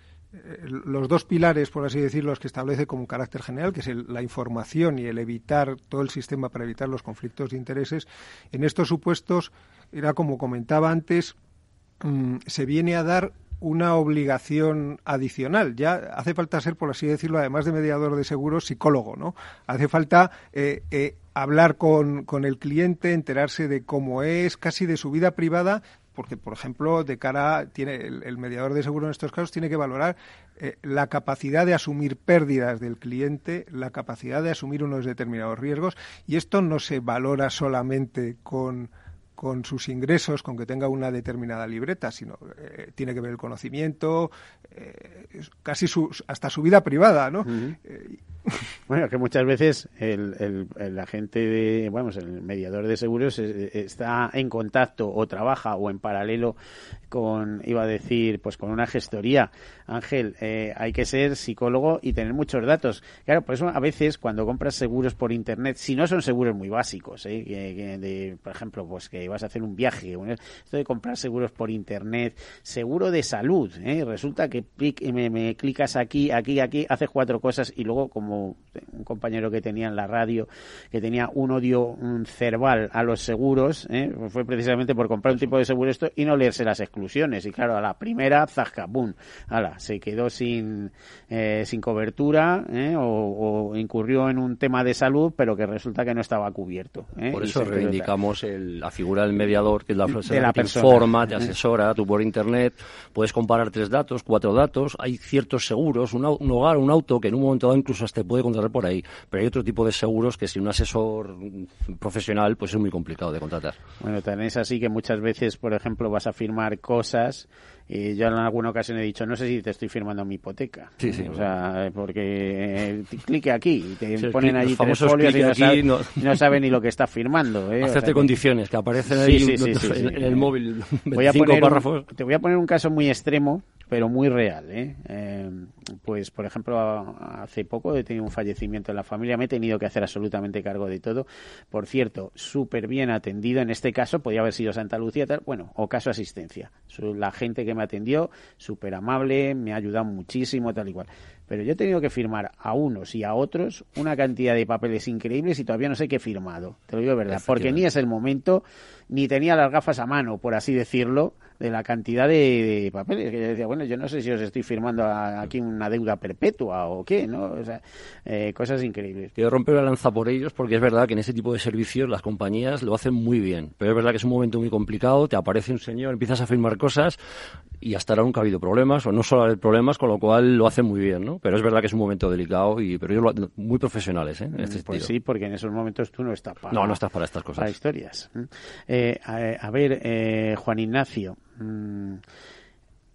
los dos pilares, por así decirlo, que establece como carácter general, que es el, la información y el evitar todo el sistema para evitar los conflictos de intereses. En estos supuestos, era como comentaba antes, mmm, se viene a dar una obligación adicional. Ya hace falta ser, por así decirlo, además de mediador de seguros, psicólogo, ¿no? Hace falta eh, eh, hablar con, con el cliente, enterarse de cómo es, casi de su vida privada, porque, por ejemplo, de cara tiene el, el mediador de seguro en estos casos tiene que valorar eh, la capacidad de asumir pérdidas del cliente, la capacidad de asumir unos determinados riesgos, y esto no se valora solamente con con sus ingresos, con que tenga una determinada libreta, sino eh, tiene que ver el conocimiento, eh, casi su, hasta su vida privada, ¿no? Uh-huh. Eh, Bueno, que muchas veces el, el, el agente de, vamos, el mediador de seguros está en contacto o trabaja o en paralelo con, iba a decir, pues con una gestoría. Ángel, eh, hay que ser psicólogo y tener muchos datos. Claro, por eso a veces cuando compras seguros por internet, si no son seguros muy básicos, eh, que, que de, por ejemplo, pues que vas a hacer un viaje, esto de comprar seguros por internet, seguro de salud, eh, resulta que me, me clicas aquí, aquí, aquí, haces cuatro cosas y luego como un compañero que tenía en la radio que tenía un odio un cerval a los seguros, ¿eh? Fue precisamente por comprar un tipo de seguro esto y no leerse las exclusiones y claro, a la primera zasca, ¡bum! Ala, se quedó sin eh, sin cobertura, ¿eh? o, o incurrió en un tema de salud pero que resulta que no estaba cubierto, ¿eh? Por eso reivindicamos el, la figura del mediador, que es la persona de la que te persona. informa, te asesora, tú por internet puedes comparar tres datos, cuatro datos, hay ciertos seguros, un, un hogar, un auto que en un momento dado incluso hasta puede contratar por ahí, pero hay otro tipo de seguros que sin un asesor profesional pues es muy complicado de contratar. Bueno, también es así que muchas veces, por ejemplo, vas a firmar cosas y yo en alguna ocasión he dicho, no sé si te estoy firmando mi hipoteca. Sí, sí. O sea, porque te clique aquí y te sí, ponen allí tres folios y no, sabe, no... no sabe ni lo que está firmando. ¿eh? Hacerte o sea, condiciones que aparecen ahí sí, sí, sí, sí, en, sí. en el móvil, voy a poner párrafos. Un, te voy a poner un caso muy extremo, pero muy real, ¿eh? Eh, pues, por ejemplo, hace poco he tenido un fallecimiento en la familia, me he tenido que hacer absolutamente cargo de todo. Por cierto, súper bien atendido, en este caso, podía haber sido Santa Lucía, tal, bueno, o caso asistencia. La gente que me atendió, súper amable, me ha ayudado muchísimo, tal y cual. Pero yo he tenido que firmar a unos y a otros una cantidad de papeles increíbles y todavía no sé qué he firmado, te lo digo de verdad, porque ni es el momento, ni tenía las gafas a mano, por así decirlo, de la cantidad de, de papeles, que yo decía, bueno, yo no sé si os estoy firmando a, aquí una deuda perpetua o qué, ¿no? O sea, eh, cosas increíbles. Quiero romper la lanza por ellos porque es verdad que en ese tipo de servicios las compañías lo hacen muy bien, pero es verdad que es un momento muy complicado, te aparece un señor, empiezas a firmar cosas y hasta ahora nunca ha habido problemas, o no solo hay problemas, con lo cual lo hacen muy bien, ¿no? Pero es verdad que es un momento delicado, y pero ellos lo, muy profesionales, ¿eh? En este pues sentido. Sí, porque en esos momentos tú no estás para... No, no estás para estas cosas. Para historias. Eh, a, a ver, eh, Juan Ignacio, mmm,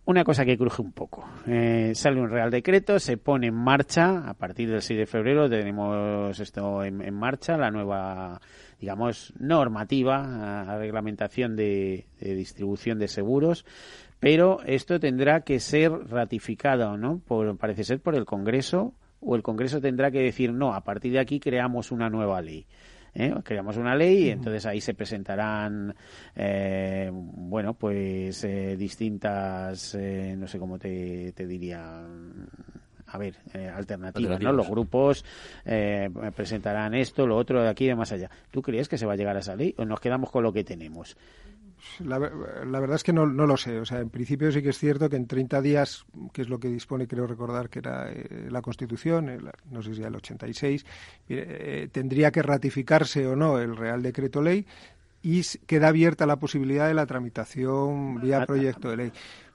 una cosa que cruje un poco. Eh, sale un Real Decreto, se pone en marcha, a partir del seis de febrero tenemos esto en, en marcha, la nueva, digamos, normativa, a, a reglamentación de, de distribución de seguros, pero esto tendrá que ser ratificado, ¿no? Por, parece ser por el Congreso, o el Congreso tendrá que decir, no, a partir de aquí creamos una nueva ley. ¿Eh? Creamos una ley y entonces ahí se presentarán eh, bueno pues eh, distintas eh, no sé cómo te, te diría a ver eh, alternativas, ¿no? Los grupos eh, presentarán esto, lo otro, de aquí y de más allá. ¿Tú crees que se va a llegar a esa ley o nos quedamos con lo que tenemos? La, la verdad es que no, no lo sé. O sea, en principio sí que es cierto que en treinta días, que es lo que dispone, creo recordar que era eh, la Constitución, el, no sé si el ochenta y seis, eh, tendría que ratificarse o no el Real Decreto Ley y queda abierta la posibilidad de la tramitación vía proyecto de ley.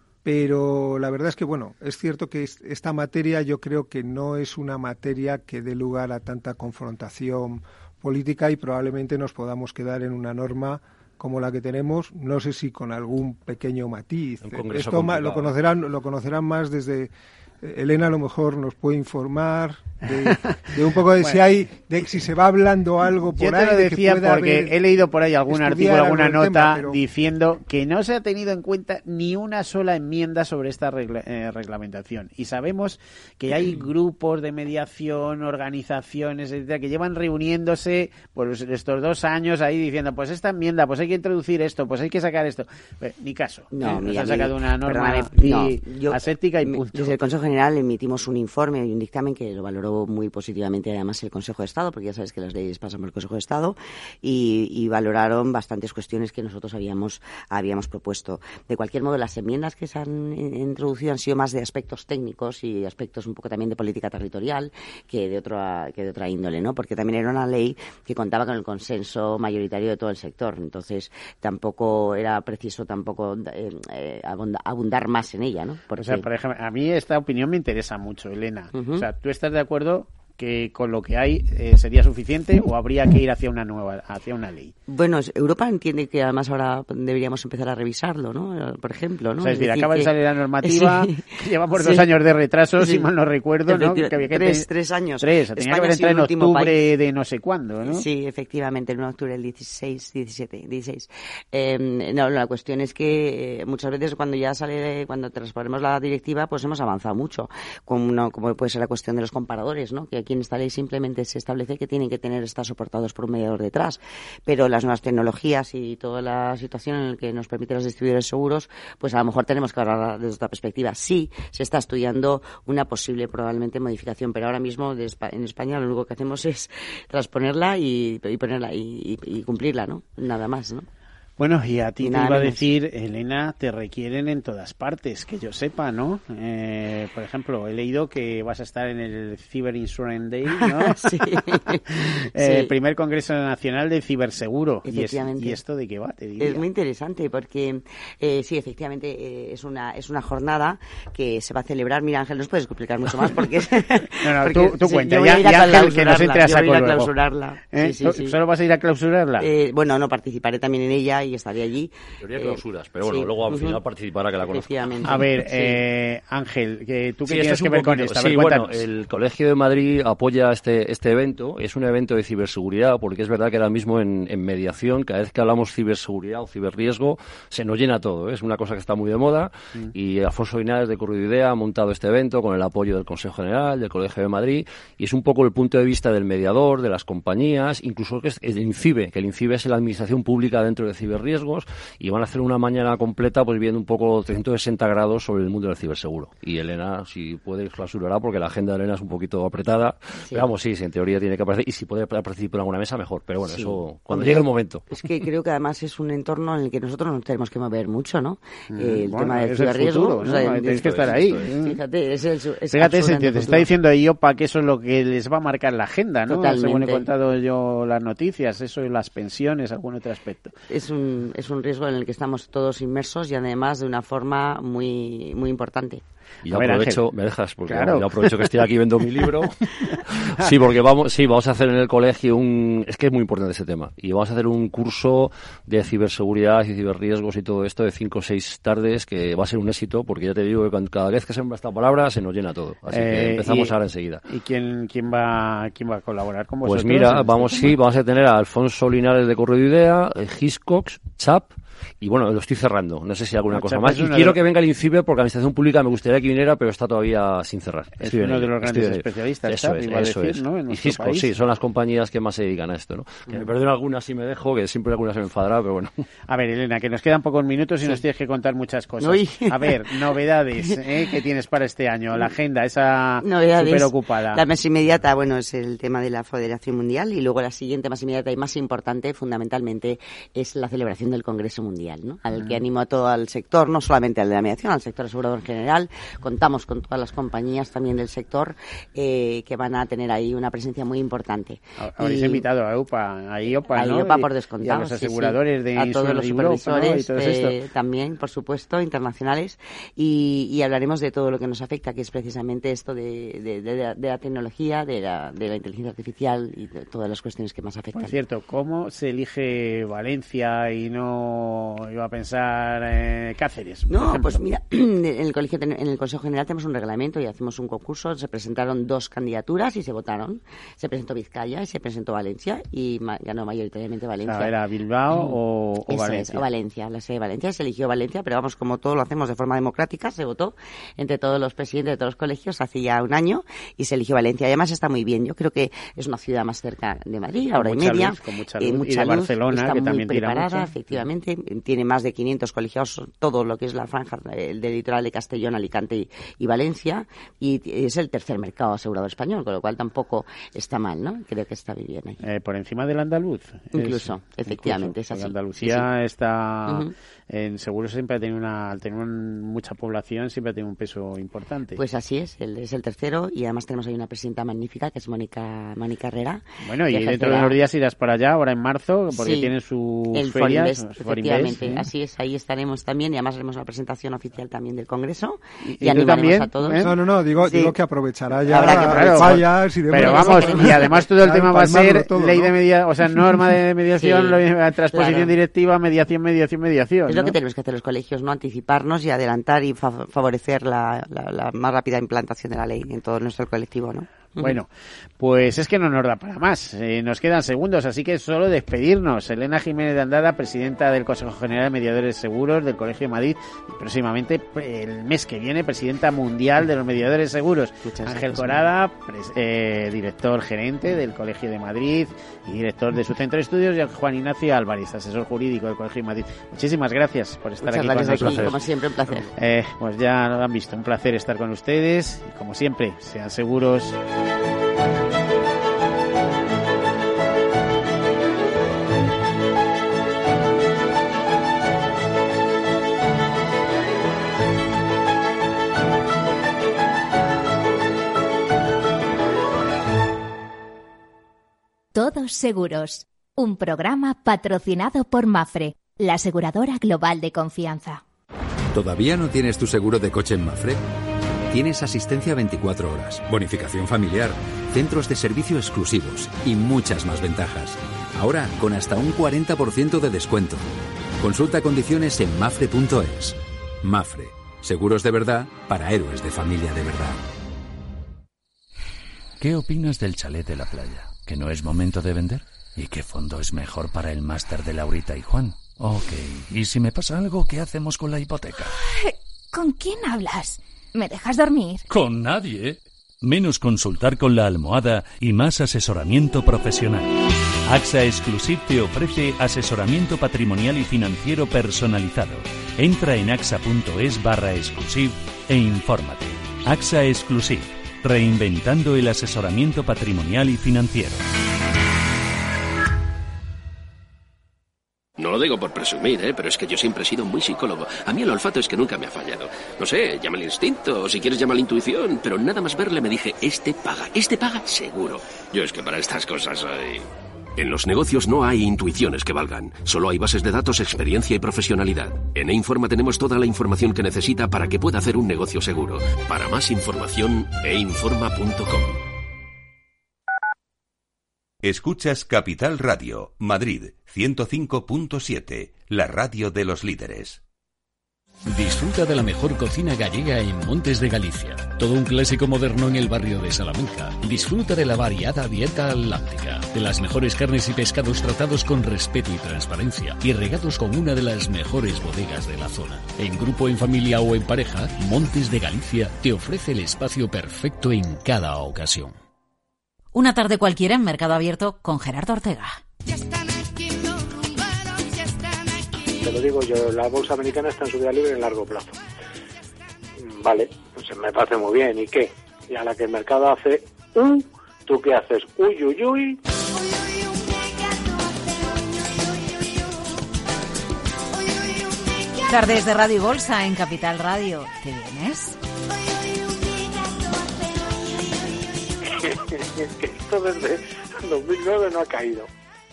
Pero la verdad es que, bueno, es cierto que esta materia yo creo que no es una materia que dé lugar a tanta confrontación política y probablemente nos podamos quedar en una norma como la que tenemos, no sé si con algún pequeño matiz. Esto ma, lo conocerán lo conocerán más desde Elena, a lo mejor nos puede informar de, de un poco de bueno, si hay de si se va hablando algo por yo ahí. Yo te lo decía de que porque haber, he leído por ahí algún artículo, alguna nota tema, pero... diciendo que no se ha tenido en cuenta ni una sola enmienda sobre esta regla, eh, reglamentación. Y sabemos que hay grupos de mediación, organizaciones, etcétera, que llevan reuniéndose por estos dos años ahí diciendo, pues esta enmienda, pues hay que introducir esto, pues hay que sacar esto. Pues, ni caso. No, ¿eh? Nos han sacado una norma perdóname, no, yo, aséptica y punto. Desde el Consejo General emitimos un informe y un dictamen que lo valoró muy positivamente además el Consejo de Estado, porque ya sabes que las leyes pasan por el Consejo de Estado, y, y valoraron bastantes cuestiones que nosotros habíamos habíamos propuesto. De cualquier modo, las enmiendas que se han introducido han sido más de aspectos técnicos y aspectos un poco también de política territorial que de otra que de otra índole, ¿no? Porque también era una ley que contaba con el consenso mayoritario de todo el sector, entonces tampoco era preciso tampoco eh, eh, abundar más en ella, ¿no? Porque... O sea, por ejemplo, a mí esta opinión me interesa mucho, Elena. Uh-huh. O sea, ¿tú estás de acuerdo que con lo que hay eh, sería suficiente o habría que ir hacia una nueva, hacia una ley? Bueno, Europa entiende que además ahora deberíamos empezar a revisarlo, ¿no? Por ejemplo, ¿no? O sea, es decir, acaba que... de salir la normativa, sí. que llevamos sí. dos años de retraso, sí. si mal no recuerdo, ¿no? Que había que tres, te... tres años. Tres, tenía España que haber entrado en octubre país. de no sé cuándo, ¿no? Sí, efectivamente, en octubre del dieciséis, diecisiete, dieciséis. Eh, no, la cuestión es que eh, muchas veces cuando ya sale, cuando transponemos la directiva, pues hemos avanzado mucho, como, no, como puede ser la cuestión de los comparadores, ¿no? Que aquí en esta ley simplemente se establece que tienen que tener estar soportados por un mediador detrás, pero las nuevas tecnologías y toda la situación en la que nos permiten los distribuidores seguros, pues a lo mejor tenemos que hablar desde otra perspectiva. Sí, se está estudiando una posible probablemente modificación, pero ahora mismo de Espa- en España lo único que hacemos es transponerla y, y ponerla y, y, y cumplirla, ¿no? Nada más, ¿no? Bueno, y a ti y te iba a decir, Elena, te requieren en todas partes, que yo sepa, ¿no? Eh, por ejemplo, he leído que vas a estar en el Cyber Insurance Day, ¿no? sí. eh, sí. Primer Congreso Nacional de Ciberseguro. Efectivamente. ¿Y, es, ¿Y esto de qué va? Te diría. Es muy interesante porque, eh, sí, efectivamente, eh, es una es una jornada que se va a celebrar. Mira, Ángel, nos puedes explicar mucho más porque... no, no, porque, tú, tú sí, cuenta, ya, ya Ángel, que nos entre a saco luego. clausurarla. ¿Eh? Sí, sí, sí. ¿Solo vas a ir a clausurarla? Eh, bueno, no, participaré también en ella y estaré allí. Teoría clausuras, eh, pero bueno, sí. luego al uh-huh. final participará que la conozco. A ver, sí. eh, Ángel, que ¿tú qué sí, tienes que ver poquito. con esto? A sí, ver, bueno, el Colegio de Madrid apoya este este evento. Es un evento de ciberseguridad porque es verdad que ahora mismo en, en mediación, cada vez que hablamos ciberseguridad o ciberriesgo, se nos llena todo. ¿eh? Es una cosa que está muy de moda mm. y Alfonso Linares de Corrididea ha montado este evento con el apoyo del Consejo General, del Colegio de Madrid, y es un poco el punto de vista del mediador, de las compañías, incluso que es el INCIBE, que el INCIBE es la administración pública dentro de ciberriesgos, y van a hacer una mañana completa pues viendo un poco trescientos sesenta grados sobre el mundo del ciberseguro. Y Elena, si puede, clausurará porque la agenda de Elena es un poquito apretada. Sí. Pero vamos, sí, si en teoría tiene que aparecer, y si puede participar en alguna mesa, mejor. Pero bueno, sí. eso cuando Hombre, llegue el momento. Es que creo que además es un entorno en el que nosotros nos tenemos que mover mucho, ¿no? Mm, eh, el bueno, tema del es ciberriesgo. El futuro, ¿no? O sea, tienes que estar ahí. Es, fíjate, es el es Fíjate, ese tío, te está diciendo IOPA que eso es lo que les va a marcar la agenda, ¿no? Totalmente. Según he contado yo las noticias, eso y las pensiones, algún otro aspecto. Es un un, es un riesgo en el que estamos todos inmersos y además de una forma muy, muy importante. Y yo aprovecho, me dejas, porque claro. yo aprovecho que estoy aquí viendo mi libro. Sí, porque vamos, sí, vamos a hacer en el colegio un, es que es muy importante ese tema, y vamos a hacer un curso de ciberseguridad y ciberriesgos y todo esto de cinco o seis tardes que va a ser un éxito, porque ya te digo que cada vez que se nombra esta palabra se nos llena todo. Así eh, que empezamos y, ahora enseguida. ¿Y quién, quién va, quién va a colaborar con vosotros? Pues mira, vamos, sí, vamos a tener a Alfonso Linares de Correo de Idea, Hiscox, Chap. Y bueno, lo estoy cerrando, no sé si hay alguna no, cosa más. Y quiero de... que venga el INCIBE porque la Administración Pública me gustaría que viniera, pero está todavía sin cerrar. Es estoy uno de los grandes estoy especialistas. Eso Chap, es, iba eso a decir, es. ¿no? En y Cisco, país. Sí, son las compañías que más se dedican a esto, ¿no? Mm. Que me perdonen algunas si me dejo, que siempre algunas se me enfadará, pero bueno. A ver, Elena, que nos quedan pocos minutos y sí. nos tienes que contar muchas cosas. Uy. A ver, novedades ¿eh? que tienes para este año, la agenda, esa súper ocupada. La más inmediata, bueno, es el tema de la Federación Mundial, y luego la siguiente más inmediata y más importante, fundamentalmente, es la celebración del Congreso Mundial, ¿no? Al que animo a todo el sector, no solamente al de la mediación, al sector asegurador en general. Contamos con todas las compañías también del sector eh, que van a tener ahí una presencia muy importante. Habréis y... invitado a EUPA, a IOPA, a ¿no? IOPA por descontado. Y a los aseguradores sí, sí. de a todos los supervisores, ¿no? eh, también, por supuesto, internacionales. Y, y hablaremos de todo lo que nos afecta, que es precisamente esto de, de, de, de, de la tecnología, de la, de la inteligencia artificial y de todas las cuestiones que más afectan. Por cierto, ¿cómo se elige Valencia y no iba a pensar eh, Cáceres? No, ejemplo? Pues mira, en el colegio, en el Consejo General tenemos un reglamento y hacemos un concurso. Se presentaron dos candidaturas y se votaron. Se presentó Vizcaya y se presentó Valencia y ma- ganó mayoritariamente Valencia. Ah, ¿era Bilbao mm. o, o Valencia? Es, o Valencia, la sede de Valencia. Se eligió Valencia, pero vamos, como todo lo hacemos de forma democrática, se votó entre todos los presidentes de todos los colegios hace ya un año y se eligió Valencia. Además está muy bien. Yo creo que es una ciudad más cerca de Madrid, a hora y media. Luz, con mucha luz. Eh, mucha y de luz, Barcelona, está que muy también tira preparada, mucho. Efectivamente. Tiene más de quinientos colegiados, todo lo que es la franja del litoral de Castellón, Alicante y, y Valencia, y es el tercer mercado asegurador español, con lo cual tampoco está mal, ¿no? Creo que está muy bien ahí. Eh, por encima del andaluz. Incluso, es, efectivamente, incluso, es así. Andalucía sí, sí. está Uh-huh. en seguros, siempre ha tenido una, al tener un, mucha población, siempre ha tenido un peso importante. Pues así es, el, es el tercero, y además tenemos ahí una presidenta magnífica que es Mónica Mónica Herrera. Bueno, y dentro de unos días irás para allá, ahora en marzo, porque sí, tiene sus el ferias. Forinvest, efectivamente, ¿sí? Así es, ahí estaremos también, y además haremos una presentación oficial también del Congreso, y, y, y animaremos también, a todos. ¿eh? No, no, no, digo, sí. digo que aprovechará ya Habrá que claro, fallas y demás. Pero vamos, y además todo el tema va a ser todo, ley ¿no? de mediación, o sea, norma de mediación, sí, transposición claro. directiva, mediación, mediación, mediación. Es ¿no? lo que tenemos que hacer los colegios, no anticiparnos y adelantar y fa- favorecer la, la, la más rápida implantación de la ley en todo nuestro colectivo, ¿no? Bueno, pues es que no nos da para más. Eh, nos quedan segundos, así que solo despedirnos. Elena Jiménez de Andada, presidenta del Consejo General de Mediadores Seguros del Colegio de Madrid, y próximamente, el mes que viene, presidenta mundial de los mediadores seguros. Muchas Ángel gracias, Corada, pres- eh, director gerente del Colegio de Madrid y director de su centro de estudios, y Juan Ignacio Álvarez, asesor jurídico del Colegio de Madrid. Muchísimas gracias por estar Muchas aquí con nosotros. Aquí, como siempre, un placer. Eh, pues ya lo han visto, un placer estar con ustedes y como siempre, sean seguros. Todos Seguros, un programa patrocinado por Mafre, la aseguradora global de confianza. ¿Todavía no tienes tu seguro de coche en Mafre? Tienes asistencia veinticuatro horas, bonificación familiar, centros de servicio exclusivos y muchas más ventajas. Ahora con hasta un cuarenta por ciento de descuento. Consulta condiciones en mafre punto es. Mafre, seguros de verdad para héroes de familia de verdad. ¿Qué opinas del chalet de la playa? ¿Que no es momento de vender? ¿Y qué fondo es mejor para el máster de Laurita y Juan? Ok, ¿y si me pasa algo, qué hacemos con la hipoteca? ¿Con quién hablas? ¿Me dejas dormir? Con nadie. Menos consultar con la almohada y más asesoramiento profesional. AXA Exclusive te ofrece asesoramiento patrimonial y financiero personalizado. Entra en axa.es barra exclusive e infórmate. AXA Exclusive, reinventando el asesoramiento patrimonial y financiero. No lo digo por presumir, ¿eh? Pero es que yo siempre he sido muy psicólogo. A mí el olfato es que nunca me ha fallado. No sé, llama el instinto, o si quieres llama la intuición, pero nada más verle me dije, este paga, este paga seguro. Yo es que para estas cosas soy... En los negocios no hay intuiciones que valgan, solo hay bases de datos, experiencia y profesionalidad. En E-Informa tenemos toda la información que necesita para que pueda hacer un negocio seguro. Para más información, e informa punto com. Escuchas Capital Radio, Madrid, ciento cinco punto siete, la radio de los líderes. Disfruta de la mejor cocina gallega en Montes de Galicia. Todo un clásico moderno en el barrio de Salamanca. Disfruta de la variada dieta atlántica, de las mejores carnes y pescados tratados con respeto y transparencia y regados con una de las mejores bodegas de la zona. En grupo, en familia o en pareja, Montes de Galicia te ofrece el espacio perfecto en cada ocasión. Una tarde cualquiera en Mercado Abierto con Gerardo Ortega. Te lo digo yo, la bolsa americana está en subida libre en largo plazo. Vale, pues me parece muy bien. ¿Y qué? Y a la que el mercado hace un, ¿tú qué haces? Uy, uy, uy. Tardes de Radio y Bolsa en Capital Radio. ¿Te vienes? Que esto desde dos mil nueve no ha caído.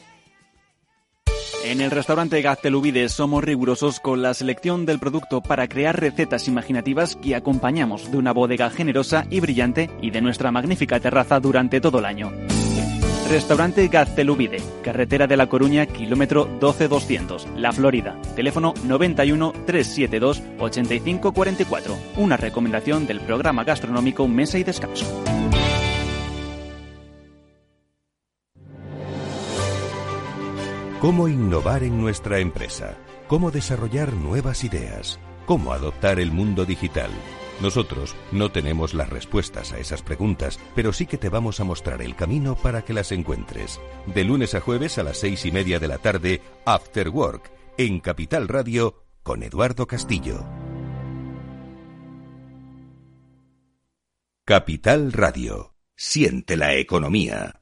En el restaurante Gaztelubides somos rigurosos con la selección del producto para crear recetas imaginativas que acompañamos de una bodega generosa y brillante y de nuestra magnífica terraza durante todo el año. Restaurante Gaztelubide, carretera de La Coruña, kilómetro doce doscientos, La Florida. Teléfono noventa y uno, trescientos setenta y dos, ochenta y cinco cuarenta y cuatro. Una recomendación del programa gastronómico Mesa y Descanso. ¿Cómo innovar en nuestra empresa? ¿Cómo desarrollar nuevas ideas? ¿Cómo adoptar el mundo digital? Nosotros no tenemos las respuestas a esas preguntas, pero sí que te vamos a mostrar el camino para que las encuentres. De lunes a jueves a las seis y media de la tarde, After Work, en Capital Radio, con Eduardo Castillo. Capital Radio. Siente la economía.